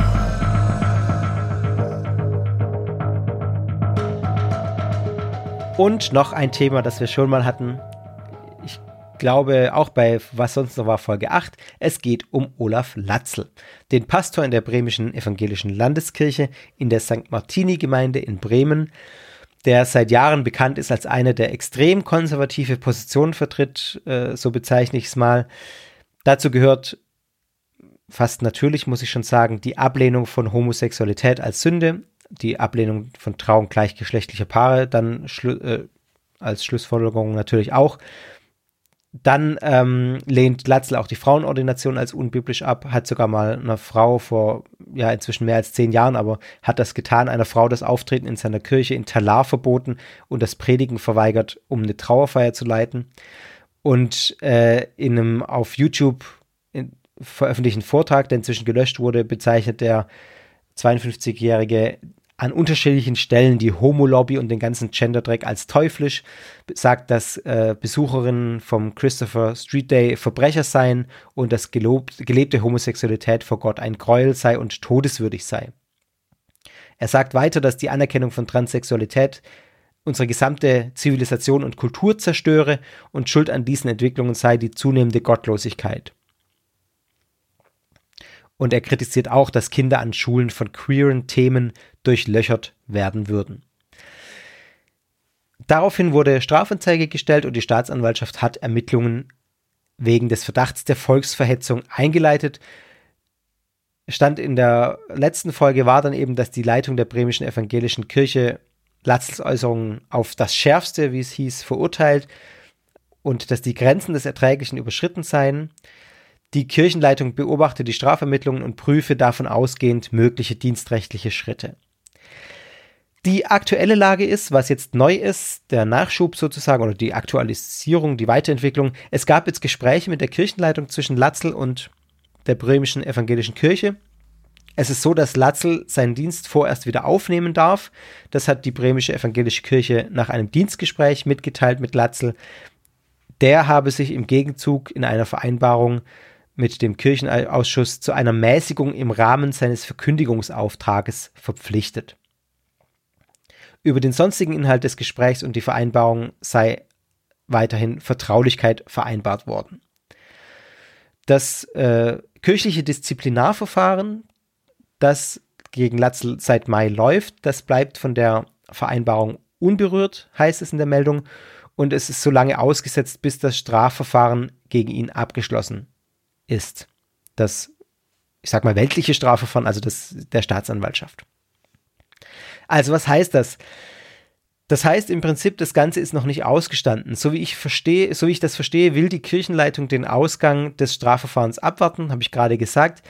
Speaker 1: Und noch ein Thema, das wir schon mal hatten. Ich glaube, auch bei Was sonst noch war, Folge acht. Es geht um Olaf Latzl, den Pastor in der bremischen evangelischen Landeskirche in der Sankt Martini-Gemeinde in Bremen, der seit Jahren bekannt ist als einer, der extrem konservative Positionen vertritt, äh, so bezeichne ich es mal. Dazu gehört fast natürlich, muss ich schon sagen, die Ablehnung von Homosexualität als Sünde, die Ablehnung von Trauung gleichgeschlechtlicher Paare dann schlu- äh, als Schlussfolgerung natürlich auch. Dann ähm, lehnt Latzl auch die Frauenordination als unbiblisch ab, hat sogar mal einer Frau vor, ja inzwischen mehr als zehn Jahren, aber hat das getan, einer Frau das Auftreten in seiner Kirche in Talar verboten und das Predigen verweigert, um eine Trauerfeier zu leiten. Und äh, in einem auf YouTube in, veröffentlichten Vortrag, der inzwischen gelöscht wurde, bezeichnet der zweiundfünfzigjährige an unterschiedlichen Stellen die Homo-Lobby und den ganzen Gender-Dreck als teuflisch, sagt, dass äh, Besucherinnen vom Christopher Street Day Verbrecher seien und dass gelobt, gelebte Homosexualität vor Gott ein Gräuel sei und todeswürdig sei. Er sagt weiter, dass die Anerkennung von Transsexualität unsere gesamte Zivilisation und Kultur zerstöre und Schuld an diesen Entwicklungen sei die zunehmende Gottlosigkeit. Und er kritisiert auch, dass Kinder an Schulen von queeren Themen durchlöchert werden würden. Daraufhin wurde Strafanzeige gestellt und die Staatsanwaltschaft hat Ermittlungen wegen des Verdachts der Volksverhetzung eingeleitet. Stand in der letzten Folge war dann eben, dass die Leitung der bremischen evangelischen Kirche Latzls Äußerungen auf das Schärfste, wie es hieß, verurteilt und dass die Grenzen des Erträglichen überschritten seien. Die Kirchenleitung beobachte die Strafermittlungen und prüfe davon ausgehend mögliche dienstrechtliche Schritte. Die aktuelle Lage ist, was jetzt neu ist, der Nachschub sozusagen oder die Aktualisierung, die Weiterentwicklung. Es gab jetzt Gespräche mit der Kirchenleitung zwischen Latzl und der bremischen evangelischen Kirche. Es ist so, dass Latzl seinen Dienst vorerst wieder aufnehmen darf. Das hat die bremische evangelische Kirche nach einem Dienstgespräch mitgeteilt mit Latzl. Der habe sich im Gegenzug in einer Vereinbarung mit dem Kirchenausschuss zu einer Mäßigung im Rahmen seines Verkündigungsauftrages verpflichtet. Über den sonstigen Inhalt des Gesprächs und die Vereinbarung sei weiterhin Vertraulichkeit vereinbart worden. Das äh, kirchliche Disziplinarverfahren, das gegen Latzl seit Mai läuft, das bleibt von der Vereinbarung unberührt, heißt es in der Meldung, und es ist so lange ausgesetzt, bis das Strafverfahren gegen ihn abgeschlossen ist. Das, ich sag mal, weltliche Strafverfahren, also das der Staatsanwaltschaft. Also was heißt das? Das heißt im Prinzip, das Ganze ist noch nicht ausgestanden. So wie ich verstehe, so wie ich das verstehe, will die Kirchenleitung den Ausgang des Strafverfahrens abwarten, habe ich gerade gesagt.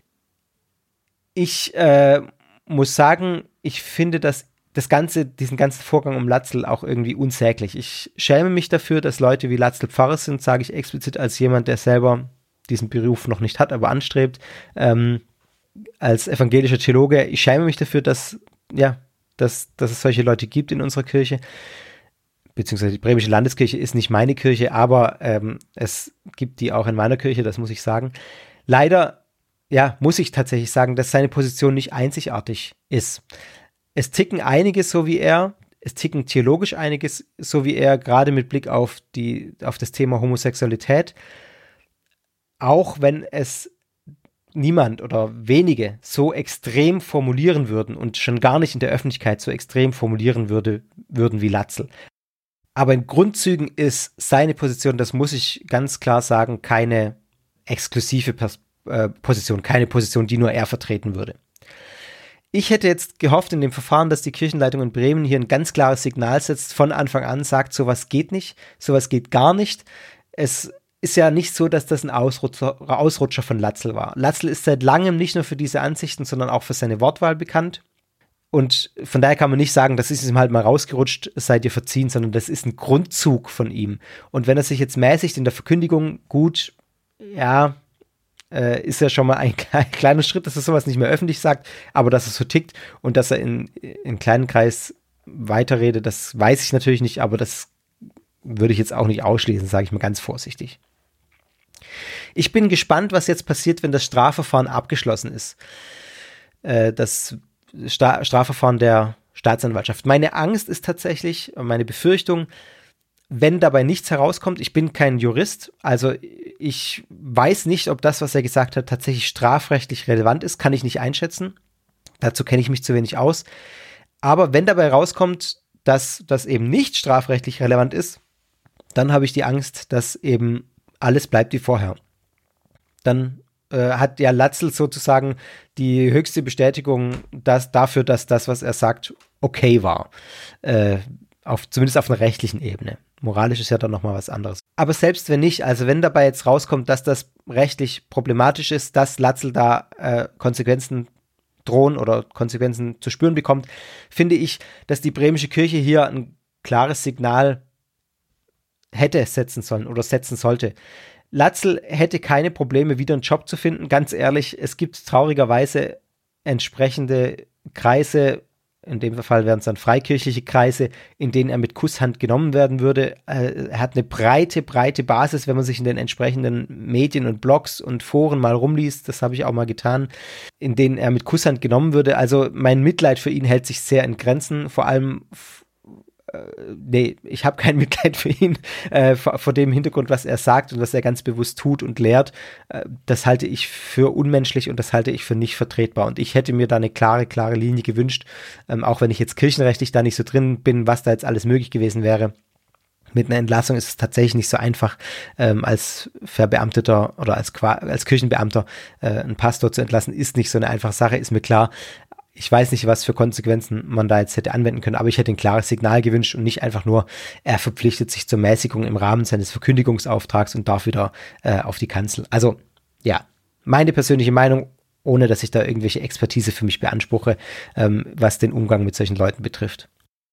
Speaker 1: Ich äh, muss sagen, ich finde das, das Ganze, diesen ganzen Vorgang um Latzl auch irgendwie unsäglich. Ich schäme mich dafür, dass Leute wie Latzl Pfarrer sind, sage ich explizit als jemand, der selber diesen Beruf noch nicht hat, aber anstrebt. Ähm, als evangelischer Theologe, ich schäme mich dafür, dass, ja, dass, dass es solche Leute gibt in unserer Kirche. Beziehungsweise die bremische Landeskirche ist nicht meine Kirche, aber ähm, es gibt die auch in meiner Kirche, das muss ich sagen. Leider, ja, muss ich tatsächlich sagen, dass seine Position nicht einzigartig ist. Es ticken einige so wie er. es ticken theologisch einiges, so wie er, gerade mit Blick auf, die, auf das Thema Homosexualität. Auch wenn es niemand oder wenige so extrem formulieren würden und schon gar nicht in der Öffentlichkeit so extrem formulieren würde, würden wie Latzl. Aber in Grundzügen ist seine Position, das muss ich ganz klar sagen, keine exklusive Pers- äh, Position, keine Position, die nur er vertreten würde. Ich hätte jetzt gehofft in dem Verfahren, dass die Kirchenleitung in Bremen hier ein ganz klares Signal setzt, von Anfang an sagt, sowas geht nicht, sowas geht gar nicht. Es ist ja nicht so, dass das ein Ausrutscher, Ausrutscher von Latzl war. Latzl ist seit langem nicht nur für diese Ansichten, sondern auch für seine Wortwahl bekannt. Und von daher kann man nicht sagen, das ist ihm halt mal rausgerutscht, seid ihr verziehen, sondern das ist ein Grundzug von ihm. Und wenn er sich jetzt mäßigt in der Verkündigung, gut, ja, äh, ist ja schon mal ein kleiner Schritt, dass er sowas nicht mehr öffentlich sagt, aber dass er so tickt und dass er in, in kleinen Kreis weiterredet, das weiß ich natürlich nicht, aber das würde ich jetzt auch nicht ausschließen, sage ich mal ganz vorsichtig. Ich bin gespannt, was jetzt passiert, wenn das Strafverfahren abgeschlossen ist. Äh, das Sta- Strafverfahren der Staatsanwaltschaft. Meine Angst ist tatsächlich, meine Befürchtung, wenn dabei nichts herauskommt, ich bin kein Jurist, also ich weiß nicht, ob das, was er gesagt hat, tatsächlich strafrechtlich relevant ist, kann ich nicht einschätzen. Dazu kenne ich mich zu wenig aus. Aber wenn dabei rauskommt, dass das eben nicht strafrechtlich relevant ist, dann habe ich die Angst, dass eben alles bleibt wie vorher. Dann äh, hat ja Latzl sozusagen die höchste Bestätigung dass, dafür, dass das, was er sagt, okay war. Äh, auf, zumindest auf einer rechtlichen Ebene. Moralisch ist ja dann nochmal was anderes. Aber selbst wenn nicht, also wenn dabei jetzt rauskommt, dass das rechtlich problematisch ist, dass Latzl da äh, Konsequenzen drohen oder Konsequenzen zu spüren bekommt, finde ich, dass die bremische Kirche hier ein klares Signal hätte setzen sollen oder setzen sollte. Latzl hätte keine Probleme, wieder einen Job zu finden. Ganz ehrlich, es gibt traurigerweise entsprechende Kreise, in dem Fall wären es dann freikirchliche Kreise, in denen er mit Kusshand genommen werden würde. Er hat eine breite, breite Basis, wenn man sich in den entsprechenden Medien und Blogs und Foren mal rumliest, das habe ich auch mal getan, in denen er mit Kusshand genommen würde. Also mein Mitleid für ihn hält sich sehr in Grenzen, vor allem nee, ich habe kein Mitleid für ihn, äh, vor, vor dem Hintergrund, was er sagt und was er ganz bewusst tut und lehrt. Äh, das halte ich für unmenschlich und das halte ich für nicht vertretbar. Und ich hätte mir da eine klare, klare Linie gewünscht, ähm, auch wenn ich jetzt kirchenrechtlich da nicht so drin bin, was da jetzt alles möglich gewesen wäre. Mit einer Entlassung ist es tatsächlich nicht so einfach, ähm, als Verbeamteter oder als, als Kirchenbeamter äh, einen Pastor zu entlassen, ist nicht so eine einfache Sache, ist mir klar. Ich weiß nicht, was für Konsequenzen man da jetzt hätte anwenden können, aber ich hätte ein klares Signal gewünscht und nicht einfach nur, er verpflichtet sich zur Mäßigung im Rahmen seines Verkündigungsauftrags und darf wieder äh, auf die Kanzel. Also, ja, meine persönliche Meinung, ohne dass ich da irgendwelche Expertise für mich beanspruche, ähm, was den Umgang mit solchen Leuten betrifft.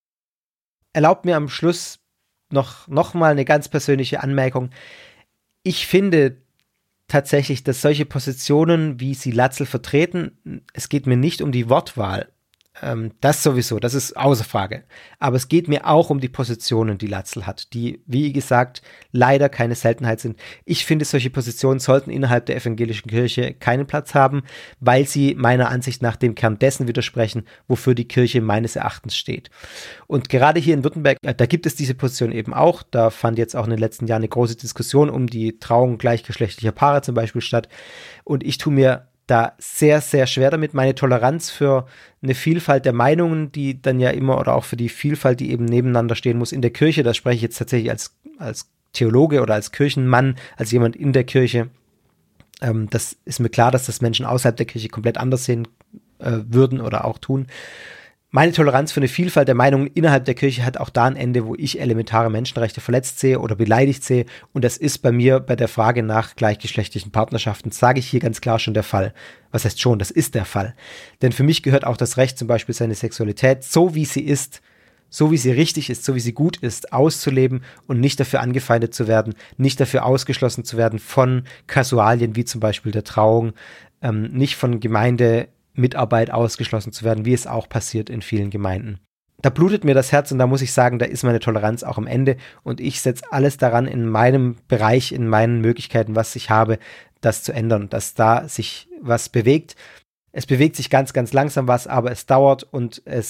Speaker 1: Erlaubt mir am Schluss noch, noch mal eine ganz persönliche Anmerkung. Ich finde tatsächlich, dass solche Positionen, wie sie Latzl vertreten, es geht mir nicht um die Wortwahl. Ähm, das sowieso, das ist außer Frage. Aber es geht mir auch um die Positionen, die Latzl hat, die, wie gesagt, leider keine Seltenheit sind. Ich finde, solche Positionen sollten innerhalb der evangelischen Kirche keinen Platz haben, weil sie meiner Ansicht nach dem Kern dessen widersprechen, wofür die Kirche meines Erachtens steht. Und gerade hier in Württemberg, da gibt es diese Position eben auch. Da fand jetzt auch in den letzten Jahren eine große Diskussion um die Trauung gleichgeschlechtlicher Paare zum Beispiel statt. Und ich tue mir da sehr, sehr schwer damit. Meine Toleranz für eine Vielfalt der Meinungen, die dann ja immer, oder auch für die Vielfalt, die eben nebeneinander stehen muss in der Kirche, das spreche ich jetzt tatsächlich als, als Theologe oder als Kirchenmann, als jemand in der Kirche. Ähm, das ist mir klar, dass das Menschen außerhalb der Kirche komplett anders sehen äh, würden oder auch tun. Meine Toleranz für eine Vielfalt der Meinungen innerhalb der Kirche hat auch da ein Ende, wo ich elementare Menschenrechte verletzt sehe oder beleidigt sehe. Und das ist bei mir bei der Frage nach gleichgeschlechtlichen Partnerschaften, sage ich hier ganz klar schon der Fall. Was heißt schon, das ist der Fall. Denn für mich gehört auch das Recht, zum Beispiel seine Sexualität, so wie sie ist, so wie sie richtig ist, so wie sie gut ist, auszuleben und nicht dafür angefeindet zu werden, nicht dafür ausgeschlossen zu werden von Kasualien wie zum Beispiel der Trauung, ähm, nicht von Gemeinde Mitarbeit ausgeschlossen zu werden, wie es auch passiert in vielen Gemeinden. Da blutet mir das Herz und da muss ich sagen, da ist meine Toleranz auch am Ende und ich setze alles daran in meinem Bereich, in meinen Möglichkeiten, was ich habe, das zu ändern, dass da sich was bewegt. Es bewegt sich ganz, ganz langsam was, aber es dauert und es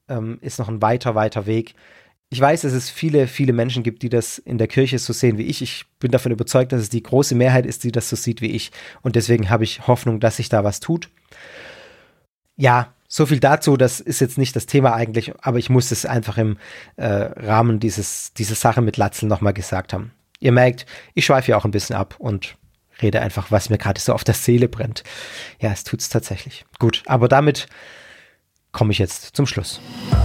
Speaker 1: ähm, ist noch ein weiter, weiter Weg. Ich weiß, dass es viele, viele Menschen gibt, die das in der Kirche so sehen wie ich. Ich bin davon überzeugt, dass es die große Mehrheit ist, die das so sieht wie ich. Und deswegen habe ich Hoffnung, dass sich da was tut. Ja, so viel dazu. Das ist jetzt nicht das Thema eigentlich, aber ich muss es einfach im äh, Rahmen dieses, dieser Sache mit Latzel nochmal gesagt haben. Ihr merkt, ich schweife ja auch ein bisschen ab und rede einfach, was mir gerade so auf der Seele brennt. Ja, es tut's tatsächlich. Gut, aber damit komme ich jetzt zum Schluss.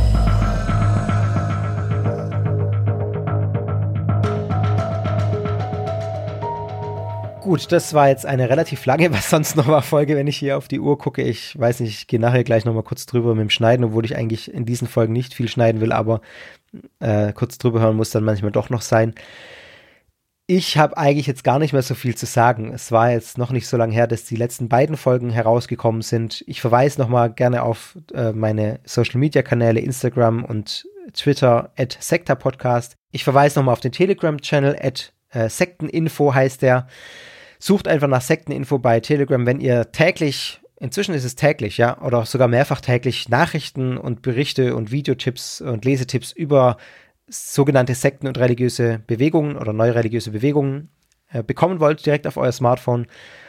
Speaker 1: Gut, das war jetzt eine relativ lange, was sonst noch war, Folge, wenn ich hier auf die Uhr gucke. Ich weiß nicht, ich gehe nachher gleich noch mal kurz drüber mit dem Schneiden, obwohl ich eigentlich in diesen Folgen nicht viel schneiden will, aber äh, kurz drüber hören muss dann manchmal doch noch sein. Ich habe eigentlich jetzt gar nicht mehr so viel zu sagen. Es war jetzt noch nicht so lange her, dass die letzten beiden Folgen herausgekommen sind. Ich verweise noch mal gerne auf äh, meine Social-Media-Kanäle, Instagram und Twitter, at sektapodcast. Ich verweise noch mal auf den Telegram-Channel, at äh, sekteninfo heißt der. Sucht einfach nach Sekteninfo bei Telegram, wenn ihr täglich, inzwischen ist es täglich, ja, oder sogar mehrfach täglich Nachrichten und Berichte und Videotipps und Lesetipps über sogenannte Sekten und religiöse Bewegungen oder neue religiöse Bewegungen äh, bekommen wollt, direkt auf euer Smartphone.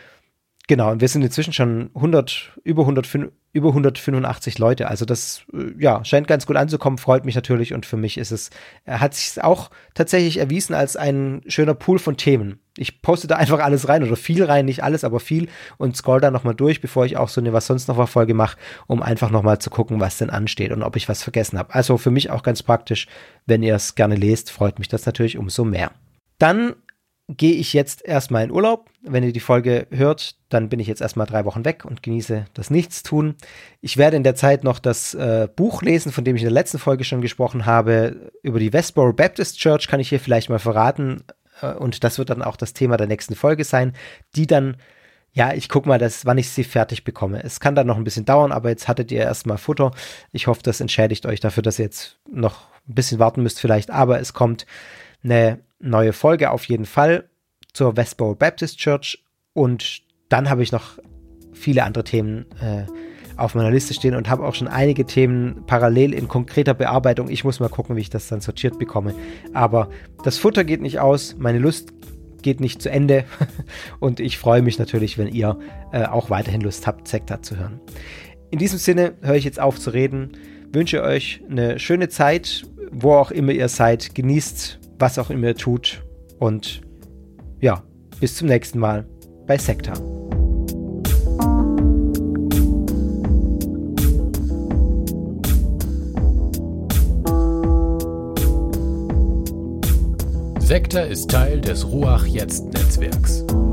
Speaker 1: Genau, und wir sind inzwischen schon hundert, über, hundert, über hundertfünfundachtzig Leute, also das äh, ja, scheint ganz gut anzukommen, freut mich natürlich und für mich ist es, äh, hat sich auch tatsächlich erwiesen als ein schöner Pool von Themen. Ich poste da einfach alles rein oder viel rein, nicht alles, aber viel und scroll da nochmal durch, bevor ich auch so eine Was sonst noch war Folge mache, um einfach nochmal zu gucken, was denn ansteht und ob ich was vergessen habe. Also für mich auch ganz praktisch, wenn ihr es gerne lest, freut mich das natürlich umso mehr. Dann gehe ich jetzt erstmal in Urlaub. Wenn ihr die Folge hört, dann bin ich jetzt erstmal drei Wochen weg und genieße das Nichtstun. Ich werde in der Zeit noch das äh, Buch lesen, von dem ich in der letzten Folge schon gesprochen habe. Über die Westboro Baptist Church kann ich hier vielleicht mal verraten. Und das wird dann auch das Thema der nächsten Folge sein, die dann, ja, ich gucke mal, dass, wann ich sie fertig bekomme. Es kann dann noch ein bisschen dauern, aber jetzt hattet ihr erstmal Futter. Ich hoffe, das entschädigt euch dafür, dass ihr jetzt noch ein bisschen warten müsst vielleicht, aber es kommt eine neue Folge auf jeden Fall zur Westboro Baptist Church und dann habe ich noch viele andere Themen äh, auf meiner Liste stehen und habe auch schon einige Themen parallel in konkreter Bearbeitung. Ich muss mal gucken, wie ich das dann sortiert bekomme. Aber das Futter geht nicht aus, meine Lust geht nicht zu Ende und ich freue mich natürlich, wenn ihr äh, auch weiterhin Lust habt, Sekta zu hören. In diesem Sinne höre ich jetzt auf zu reden, wünsche euch eine schöne Zeit, wo auch immer ihr seid, genießt, was auch immer ihr tut und ja, bis zum nächsten Mal bei Sekta.
Speaker 2: Sekta ist Teil des Ruach Jetzt Netzwerks.